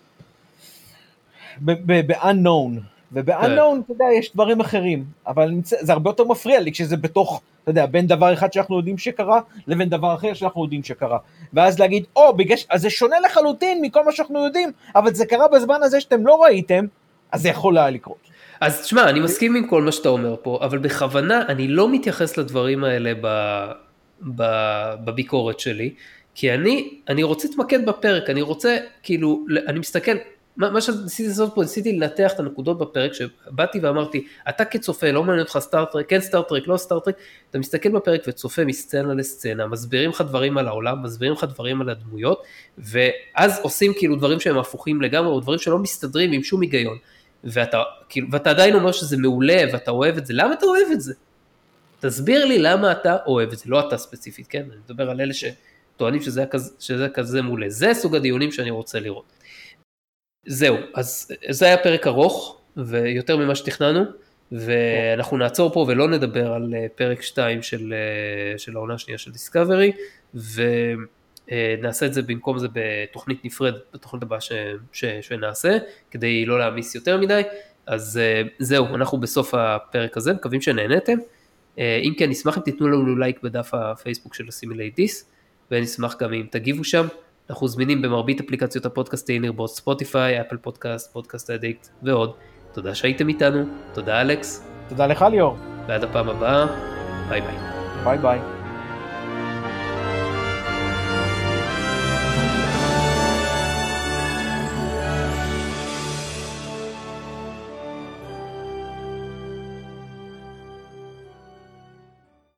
ב-unknown, וב-unknown, אתה יודע, יש דברים אחרים, אבל זה הרבה יותר מפריע לי, כשזה בתוך, אתה יודע, בין דבר אחד שאנחנו יודעים שקרה, לבין דבר אחר שאנחנו יודעים שקרה, ואז להגיד, או, בגלל, אז זה שונה לחלוטין מכל מה שאנחנו יודעים, אבל זה קרה בזמן הזה שאתם לא ראיתם, אז זה יכול היה לקרות. אז תשמע, אני מסכים עם כל מה שאתה אומר פה, אבל בכוונה אני לא מתייחס לדברים האלה ב, ב, בביקורת שלי, כי אני, אני רוצה להתמקד בפרק, אני רוצה, כאילו, אני מסתכל, מה, מה שניסיתי לעשות פה, ניסיתי לנתח את הנקודות בפרק, שבאתי ואמרתי, אתה כצופה, לא מעניין אותך סטאר טרק, כן סטאר טרק, לא סטאר טרק, אתה מסתכל בפרק וצופה מסצנה לסצנה, מסבירים לך דברים על העולם, מסבירים לך דברים על הדמויות, ואז עושים כאילו דברים שהם הפוכים לגמרי, או דברים שלא מסתדרים עם שום היגיון, ואתה, כאילו, ואתה עדיין אומר שזה מעולה, ואתה אוהב את זה, למה אתה אוהב את זה? תסביר לי למה אתה אוהב את זה, לא אתה ספציפית, כן? אני מדבר על אלה שטוענים שזה כזה, שזה כזה מעולה, זה סוג הדיונים שאני רוצה לראות. זהו, אז זה היה פרק ארוך, ויותר ממה שתכננו, ואנחנו נעצור פה ולא נדבר על פרק שתיים של, של העונה השנייה של דיסקאברי, ונעשה את זה במקום זה בתוכנית נפרדת, בתוכנית הבאה ש, ש, שנעשה, כדי לא להמיס יותר מדי, אז זהו, אנחנו בסוף הפרק הזה, מקווים שנהנתם, אם כן נשמח אם תיתנו לנו לייק בדף הפייסבוק של הסימילייט דיס, ונשמח גם אם תגיבו שם, אנחנו זמינים במרבית אפליקציות הפודקאסטים, לרבות ספוטיפיי, אפל פודקאסט, פודקאסט אדיקט ועוד. תודה שהייתם איתנו, תודה אלכס. תודה לך ליאור. ועד הפעם הבאה, ביי ביי. ביי ביי.